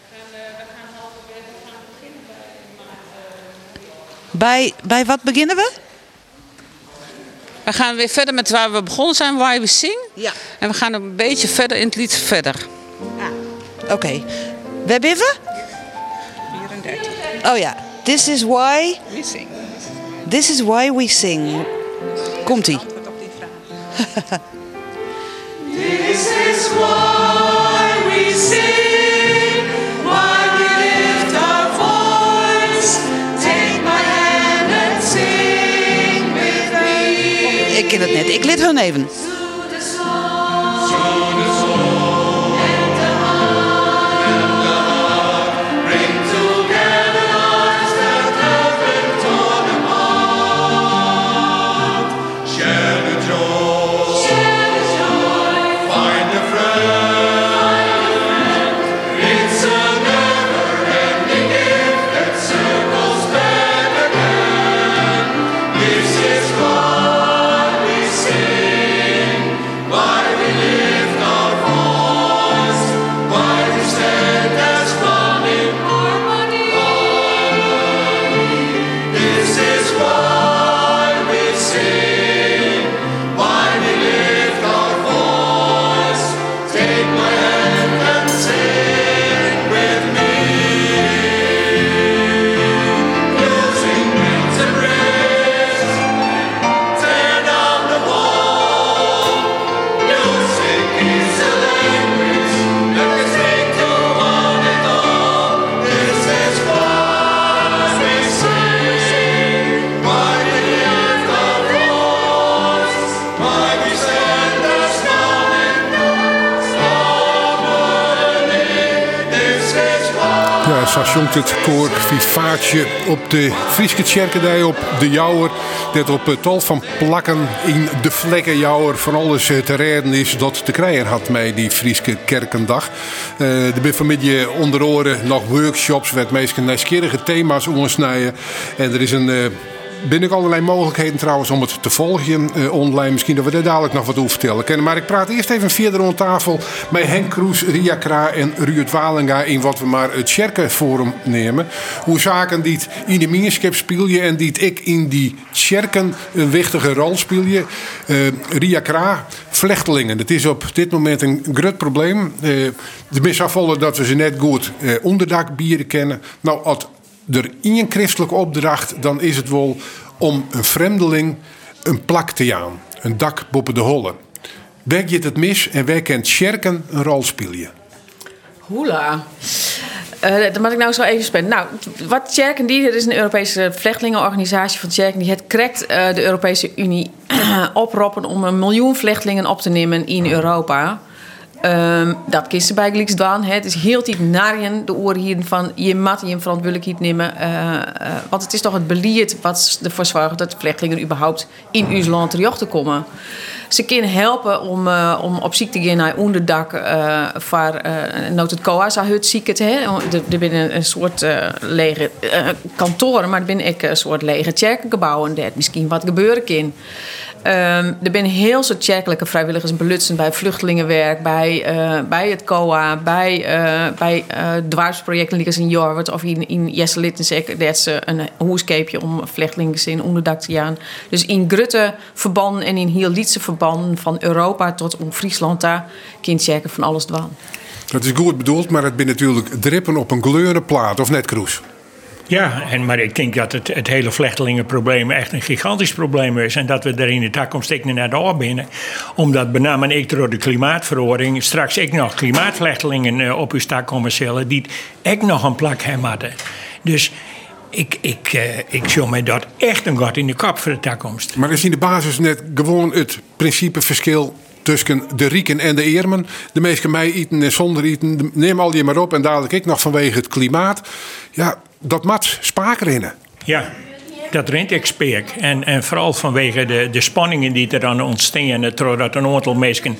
Bij wat beginnen we? We gaan weer verder met waar we begonnen zijn, Why We Sing. Ja. En we gaan een beetje verder in het lied verder. Oké. Waar ben we? 34. Oh ja. This is why... We sing. This is why we sing. Komt-ie. Antwoord op die vraag. This is why we sing, why we lift our voice. Take my hand and sing with me. Ik ken het net. Ik liet hun even. Zo zongt het koor Vivace op de Frieske Tjerkedij op de Jouwer. Dat op tal van plakken in de vlekken Jouwer van alles te redden is dat te krijgen had mij die Frieske Kerkendag. Er ben vanmiddag onder oren nog workshops met meest nieuwsgierige thema's omsnijden. En er is binnen allerlei mogelijkheden trouwens om het te volgen online. Misschien dat we daar dadelijk nog wat over vertellen kunnen. Maar ik praat eerst even verder rond tafel met Henk Kroes, Ria Kraa en Ruud Walinga in wat we maar het Tjerkenforum nemen. Hoe zaken die in de minskep spelen en die ik in die Tjerken een wichtige rol spelen. Ria Kraa, vlechtelingen. Dat is op dit moment een groot probleem. De mis afvallen dat we ze net goed onderdak bieden kennen. Nou, als er één christelijke opdracht, dan is het wel om een vreemdeling een plak te jaan. Een dak boven de holle. Waar gaat het mis en waar kan Tjerken een rol spelen? Hoela. Dat moet ik nou zo even spelen. Nou, wat Tjerken die, er is een Europese vluchtelingenorganisatie van Tjerken, die het correct de Europese Unie oproepen om 1 miljoen vluchtelingen op te nemen in Europa. Dat kisten bij gelijks dan. Het is heel tijd narien de oren hier van je moet je verantwoordelijkheid nemen. Want het is toch het beleid wat ervoor zorgt dat vluchtelingen überhaupt in uw land terecht te komen. Ze kunnen helpen om op ziek te gaan naar onderdak voor nood het COA zou het ziek het. Er binnen een soort lege kantoren, maar er binnen ook een soort lege kerkengebouwen. Dat misschien wat gebeuren kan. Er zijn heel soort kerkelijke vrijwilligers belutsen bij vluchtelingenwerk, bij het COA, bij dwarsprojecten die in Jorwert of in Jesselitten. Dat ze een hoeskeepje om vluchtelingen in onderdak te gaan. Dus in Grutte verbanden en in heel Lietse verbanden van Europa tot om Friesland daar kind checken van alles dwan. Dat is goed bedoeld, maar het ben natuurlijk drippen op een geleurde plaat, of net, Kroes? Ja, maar ik denk dat het hele vluchtelingenprobleem echt een gigantisch probleem is. En dat we er in de toekomst ook naar door binnen. Omdat benamelijk ik door de klimaatverordening straks ik nog klimaatvluchtelingen op uw stak komen zullen die ik nog een plak hebben hadden. Dus ik zou mij dat echt een gat in de kop voor de toekomst. Maar is in de basis net gewoon het principeverschil tussen de rieken en de eermen? De meesten mij eten en zonder eten, neem al je maar op en dadelijk ik nog vanwege het klimaat. Ja, dat mat spaak erin. Ja, dat rent ik speek. En vooral vanwege de spanningen die er dan ontstaan, doordat een aantal mensen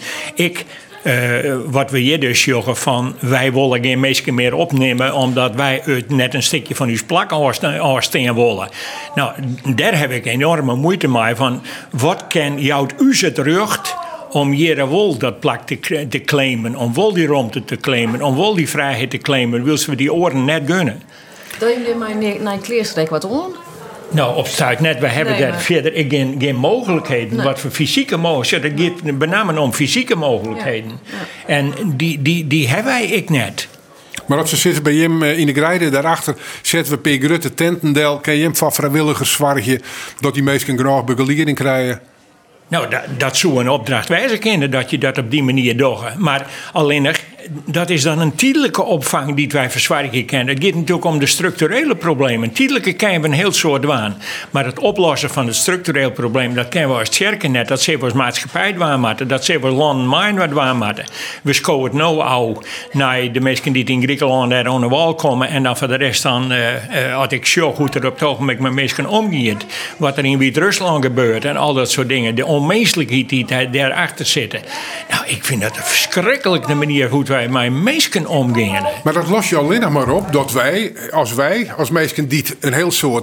wat we hier dus zeggen van wij willen geen mensen meer opnemen omdat wij het net een stukje van uw plak afstaan willen. Nou, daar heb ik enorme moeite mee van wat kan jou het recht om hier wel dat plak te claimen, om wel die ruimte te claimen, om wel die vrijheid te claimen, wil ze die oren net gunnen. Doe je mij naar een kleerstrijk wat om? Nou, op staat net. We hebben daar verder geen mogelijkheden. Nee. Wat voor fysieke mogelijkheden. Het gaat met name om fysieke mogelijkheden. Ja. Ja. En die hebben wij net. Maar als ze zitten bij hem in de grijde, daarachter zetten we P. Grutte Tentendel. Kan je hem van vrijwilligers zorgen dat die mensen graag begeleiding krijgen? Nou, dat zou een opdracht wijzen kunnen dat je dat op die manier doet. Maar alleen dat is dan een tijdelijke opvang die wij verzwaringen kennen. Het gaat natuurlijk om de structurele problemen. Tijdelijke kennen we een heel soort waan. Maar het oplossen van het structurele probleem, dat kennen we als Tjerken net. Dat zijn we als maatschappij dwaanmatten. Dat zijn we als land en mijn wat dwaanmatten. We scoren het nou al naar de mensen die in Griekenland daar aan de wal komen. En dan voor de rest dan had ik zo goed er op het ogenblik met mensen omgegaan. Wat er in Wit-Rusland gebeurt en al dat soort dingen. De onmenselijkheid die daarachter zitten. Nou, ik vind dat een verschrikkelijke manier hoe wij met mensen omgingen. Maar dat los je alleen nog maar op dat wij als mensen die een heel soort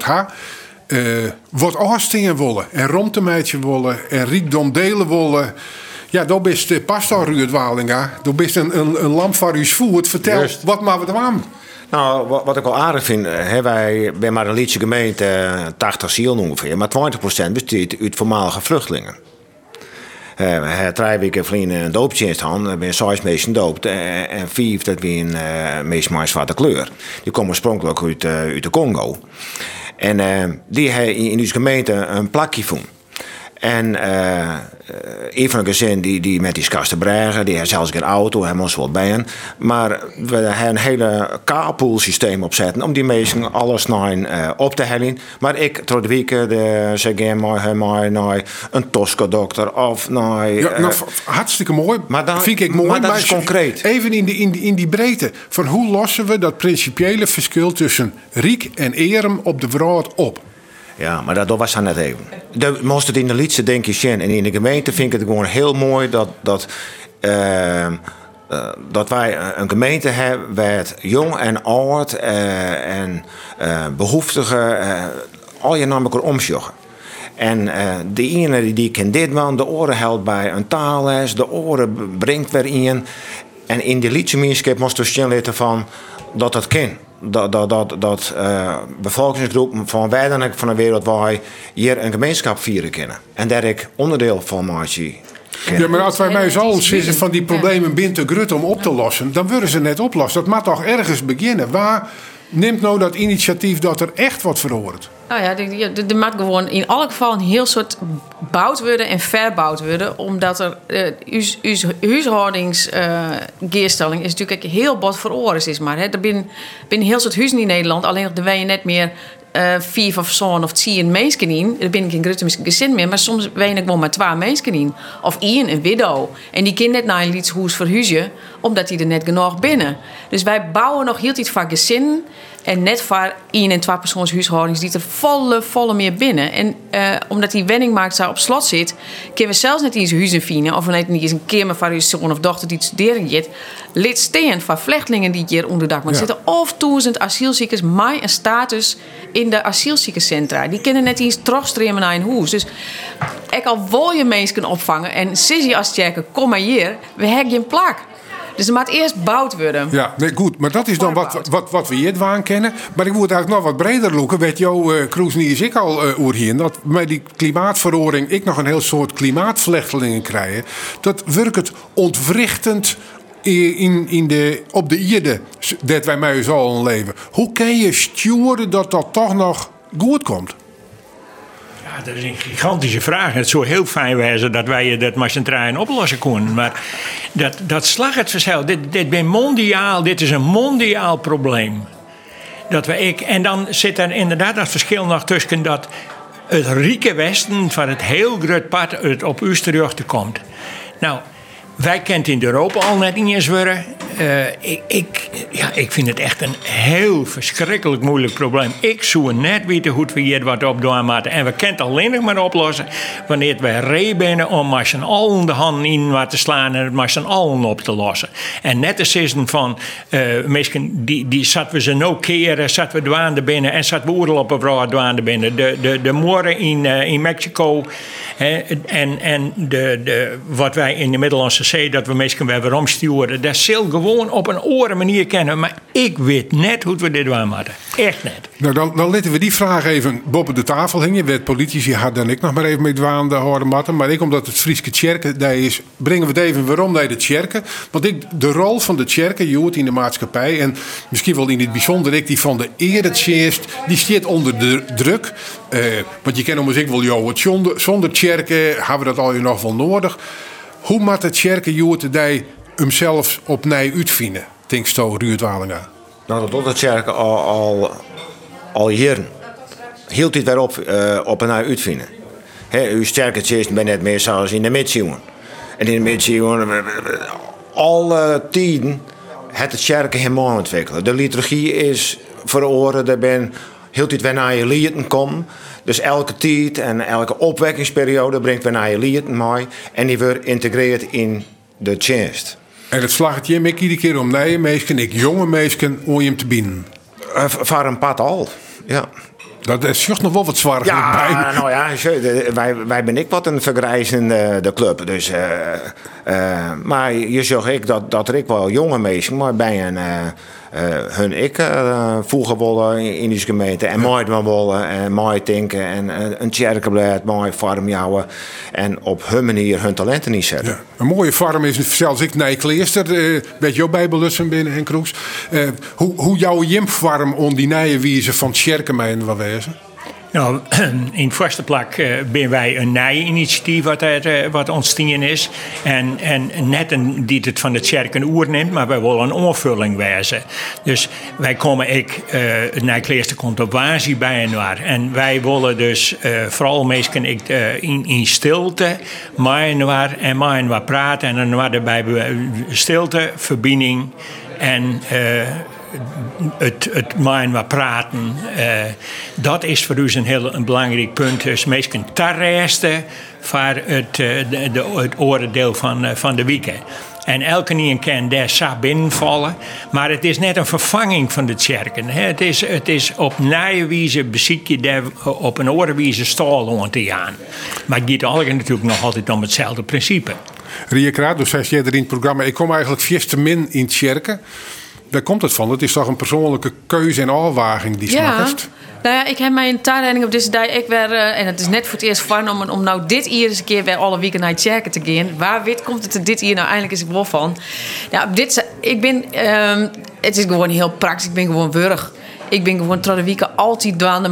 wat afstingen willen en rondtemeidje willen en rijkdom delen willen. Ja, dat is de pastor Ruud Walinga. Dat is een lamp voor uw voet. Vertel, Just. Wat maar we doen. Nou, wat ik wel aardig vind, wij zijn maar een Lietse gemeente, 80 ziel ongeveer, maar 20% bestaat uit voormalige vluchtelingen. We hebben 3 weken vrienden een doopdienst gehad. Er zijn 6 mensen doopt en 5 dat zijn mensen met zwarte kleur. Die komen oorspronkelijk uit de Congo. En die hebben in onze gemeente een plakje vonden. En een van de gezin die met die kasten brengen, die heeft zelfs geen auto, hij moest wel bijen. Maar we hebben een hele carpool-systeem opzetten om die mensen alles naar op te hellen. Maar ik, door de weekend, zeg maar naar een Tosca-dokter of naar... Ja, nou, hartstikke mooi. Maar dan, vind ik mooi. Maar dat is concreet. Even in die breedte. Van hoe lossen we dat principiële verschil tussen riek en erem op de wereld op? Ja, maar dat was dan net even. Dan moest het in de Lietse denk je zien. En in de gemeente vind ik het gewoon heel mooi dat wij een gemeente hebben waar jong en oud en behoeftigen al je naar elkaar omsjoggen. En de ene die kent dit man, de oren helpt bij een taalles, de oren brengt weer in. En in de Lietse gemeenschap moest je zien laten van dat dat kan. Dat bevolkingsgroep van wij dan van de wereld waar wij hier een gemeenschap vieren kennen. En daar ik onderdeel van maken. Ja, maar als wij mij zo zitten van die problemen binnen Grutte om op te lossen, dan worden ze net oplossen. Dat moet toch ergens beginnen. Waar neemt nou dat initiatief dat er echt wat verhoort? Nou ja, er moet gewoon in elk geval een heel soort bouwd worden en verbouwd worden. Omdat er huishoudingsgeerstelling is natuurlijk heel bot voor oren, is maar. Hè. Er zijn heel soort huizen in Nederland, alleen dan ben je net meer 4 of zo'n of 10 mensen in. Er ben ik geen grote gezin meer, maar soms ben ik gewoon maar 2 mensen in. Of een widow. En die kind net naar een lietshuis verhuizen, omdat die er net genoeg binnen. Dus wij bouwen nog heel iets van gezinnen. En net voor 1- en 2-persoons huishoudings die er volle meer binnen. En omdat die wenningmarkt zo op slot zit, kunnen we zelfs net eens huizen vinden. Of net niet eens een keer met je zoon of dochter die studeren gaat. Lid steen van vluchtelingen die hier onder dak moeten zitten. Of 1000 asielziekers met een status in de asielziekencentra. Die kunnen net eens terugstreamen naar een huis. Dus ik al wil je mensen opvangen. En Sissy als checken, kom maar hier. We hebben geen plak. Dus er moet eerst bouwd worden. Ja, nee, goed. Maar dat is dan wat we hier waan kennen. Maar ik moet eigenlijk nog wat breder loeken. Weet jou, Kroes, niet eens ik al oorheen. Dat met die klimaatverandering ik nog een heel soort klimaatvluchtelingen krijg. Dat werkt het ontwrichtend op de ierde dat wij met ons allen leven. Hoe kan je sturen dat toch nog goed komt? Ja, dat is een gigantische vraag. Het zou heel fijn zijn dat wij dat maar centraal oplossen konden. Maar dat slag het verschil. Dit is een mondiaal probleem. En dan zit er inderdaad dat verschil nog tussen dat het rieke Westen van het heel groot pad op ons terug te komt. Nou, wij kennen in Europa al net niet eens worden. Ik vind het echt een heel verschrikkelijk moeilijk probleem. Ik zou net weten hoe we hier wat op doen moeten. En we kunnen het alleen nog maar oplossen wanneer we rebinnen om maar z'n allen de handen in wat te slaan en het maar z'n allen op te lossen. En net als is van mensen die zaten we ze nou keren, zaten we douane binnen en zaten we oorlog op vrouw douane binnen. De moorden in Mexico en wat wij in de Middellandse Zee dat we mensen weer omsturen. Dat zal gewoon op een andere manier kennen. Maar ik weet net hoe we dit doen moeten. Echt net. Nou, dan laten we die vraag even boven de tafel hingen. Je weet, politici had dan ik nog maar even mee dwaan de horen matten. Maar ik, omdat het Frieske Tjerken daar is, brengen we het even waarom naar de Tjerken. Want de rol van de Tjerken, je hoort in de maatschappij. En misschien wel in het bijzonder ik die van de eretjeest, die staat onder de druk. Want je kent om ik wel jou. Zonder Tjerken hebben we dat al nog wel nodig. Hoe moet de Tjerken jood die hemzelf opnieuw uitvinden? Denk je, Ruud Walinga? Nou, dat doet de Tjerken al jaren. Hield dit weer op en uitvinden. Uw sterke ben net meer zoals in de middeleeuwen. En in de middeleeuwen, alle tijden, het de Tjerken helemaal ontwikkelen. De liturgie is voor oren, daar ben heel tijd weer naar je lieden komen. Dus elke tijd en elke opwekkingsperiode brengt we naar je lieden mee. En die wordt geïntegreerd in de dienst. En het slaagt je mij iedere keer om nieuwe mensen, ik jonge mensen, om je te bieden? Voor een pad al, ja. Dat is nog wel wat zwaar. Ja, nou ja, wij ben ik wat een vergrijzende club. Dus, maar je zag ik dat er wel jonge mensen, maar bij hun voegen willen in die gemeente. En mooi willen en mooi denken en een tjerkenblad, mooi farm jouwen. En op hun manier hun talenten niet zetten. Ja, een mooie farm is zelfs ik Nijkleester. Weet je ook bij belussen binnen en Kroes. Hoe jouw jimfarm on die nieuwe wijze van tjerkenmijn wat wezen? Nou, in de eerste plek zijn wij een nieuw-initiatief wat ontstaan is. En net die het van de Tjerken oer neemt, maar wij willen een aanvulling wezen. Dus wij komen Nijkleester komt op wazie bij en waar. En wij willen dus vooral mensen in stilte maar en waar praten. En dan waar daarbij stilte, verbinding en het mijn wat praten, dat is voor ons een belangrijk punt. Dus mensen terresten voor het oordeel van de weekend. En elke niet kan daar zo binnenvallen. Maar het is net een vervanging van de Tjerken. Het is op nieuwe wijze beziek je daar op een andere wijze stal aan te gaan. Maar het gaat eigenlijk natuurlijk nog altijd om hetzelfde principe. Ria Kraat, dus zei je er in het programma, ik kom eigenlijk vierste min in Tjerken. Daar komt het van. Het is toch een persoonlijke keuze en afwaging die smaakt. Nou ja, ik heb mijn tuinreiding op deze dag en het is net voor het eerst van om nou dit hier eens een keer weer alle weken naar het Tjerken te gaan. Waar komt het er dit hier nou eindelijk eens wel van? Ja, het is gewoon heel praktisch. Ik ben gewoon wurg. Ik ben gewoon trouw de weken altijd dwaande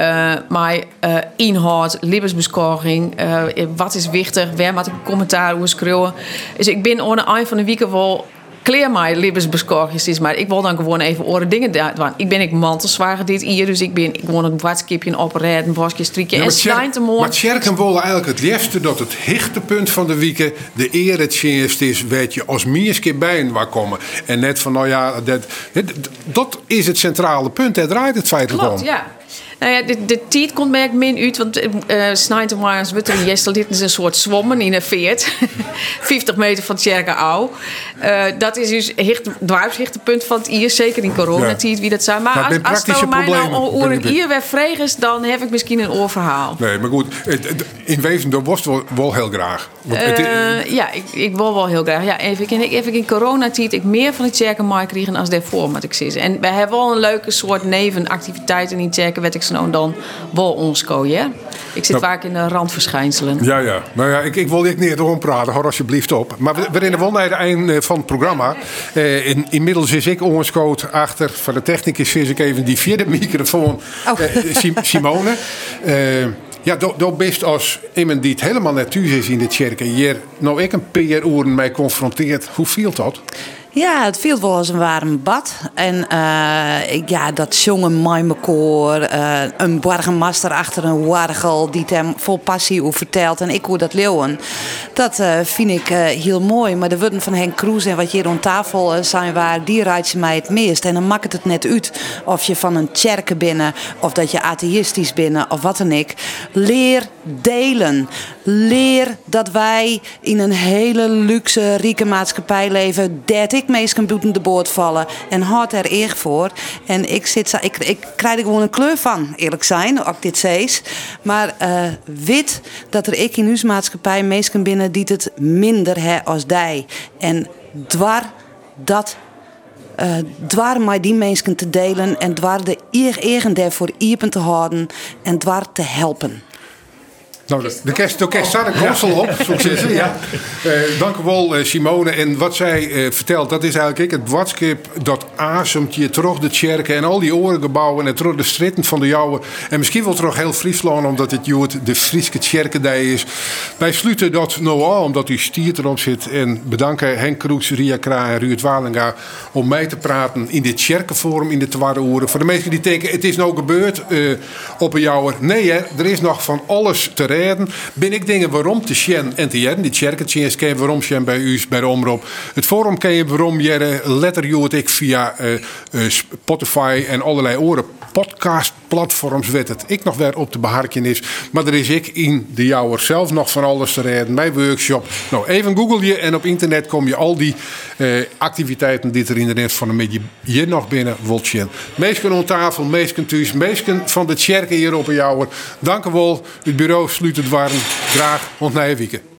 met inhoud, levensbeschouwing. Wat is wichtig? Waar moet ik een commentaar over schreeuwen? Dus ik ben aan het eind van de weken wel kleer mij levensbeschouwing, maar ik wil dan gewoon even oren dingen doen. Ik ben mantelzwager dit hier, dus ik gewoon een watskipje oprijden, een bosje striekje en schijnt te mooi. Maar Tjerken willen eigenlijk het liefste dat het hichtepunt van de weken de eretjenst is, weet je, als meerske bij een waar komen. En net van, nou ja, dat is het centrale punt, daar draait het feitelijk om. Klopt, ja. Nou ja, de tijd komt mij min uit, want Snijntemars wordt er dit is een soort zwommen in een veert. 50 meter van Tjerkenau. Dat is dus het dwarfshichtenpunt van het IR, zeker in coronatijd, wie dat zijn. Maar als nou mij nou over een IR weer vreeg is, dan heb ik misschien een oorverhaal. Nee, maar goed, in wezen, dat was wel heel graag. Ja, ik wil wel heel graag. Ja, even in coronatijd ik meer van het Tjerkenmaai kregen als daarvoor, moet ik zeggen. En wij hebben wel een leuke soort nevenactiviteiten in Tjerken, weet ik zo nou dan wel ons ja. Ik zit vaak in de randverschijnselen. Ja. Nou ja, ik wil niet meer erom praten. Hou alsjeblieft op. Maar we rennen wel naar het einde van het programma. Inmiddels is ik ongescoot achter. Van de technicus is ik even die vierde microfoon. Simone. Ja, dat best als iemand die het helemaal net thuis is in de kerk. Hier nou ik een paar uren mee confronteerd. Hoe viel dat? Ja, het viel wel als een warm bad. En dat zongen mijmerkoor, een borgmaster achter een wargel die het hem vol passie over vertelt. En ik hoor dat leeuwen. Dat vind ik heel mooi. Maar de woorden van Henk Kroes en wat hier aan tafel zijn waar, die raakt ze mij het meest. En dan maakt het net uit of je van een kerk binnen of dat je atheïstisch binnen of wat dan ik. Leer delen. Leer dat wij in een hele luxe, rieke maatschappij leven. Dat ik meest buiten de boord vallen. En houd er eer voor. En ik krijg er gewoon een kleur van, eerlijk zijn, als ik dit zees. Maar wit dat er ik in uw maatschappij meest binnen die het minder hè als die. En dwar met die mensen te delen. En dwar de eigen daarvoor iepen te houden. En dwar te helpen. Nou, de kerst staat een consel op, zou ik zeggen. Ja. Dank u wel, Simone. En wat zij vertelt, dat is eigenlijk het watskip dat asemt je terug de kerken en al die orengebouwen en terug de stritten van de jouwen. En misschien wel terug heel Friesland, omdat het de Frieske Tjerkendij is. Wij sluiten dat nou al, omdat die stier erop zit. En bedanken Henk Kroes, Ria Kra en Ruud Walinga om mee te praten in dit Tjerkenforum in de Twarde Oren. Voor de mensen die denken, het is nou gebeurd op een jouwer. Nee, hè, er is nog van alles te redden. Ben ik dingen waarom te sjen en te jaren. Die Tjerkentjes ken je waarom sjen bij u bij de omroep. Het forum ken je waarom jaren. Letter je het ik via Spotify en allerlei oren podcastplatforms weet het ik nog weer op te beharken is. Maar er is ik in de jouwer zelf nog van alles te redden. Mijn workshop. Nou, even google je en op internet kom je al die activiteiten die er in de rest van de media hier nog binnen wilt zien. Meesken aan tafel, meesken thuis, meesken van de Tjerken hier op een jouwer. Dank u wel. Het bureau sluit het warm. Graag ontnijden weekend.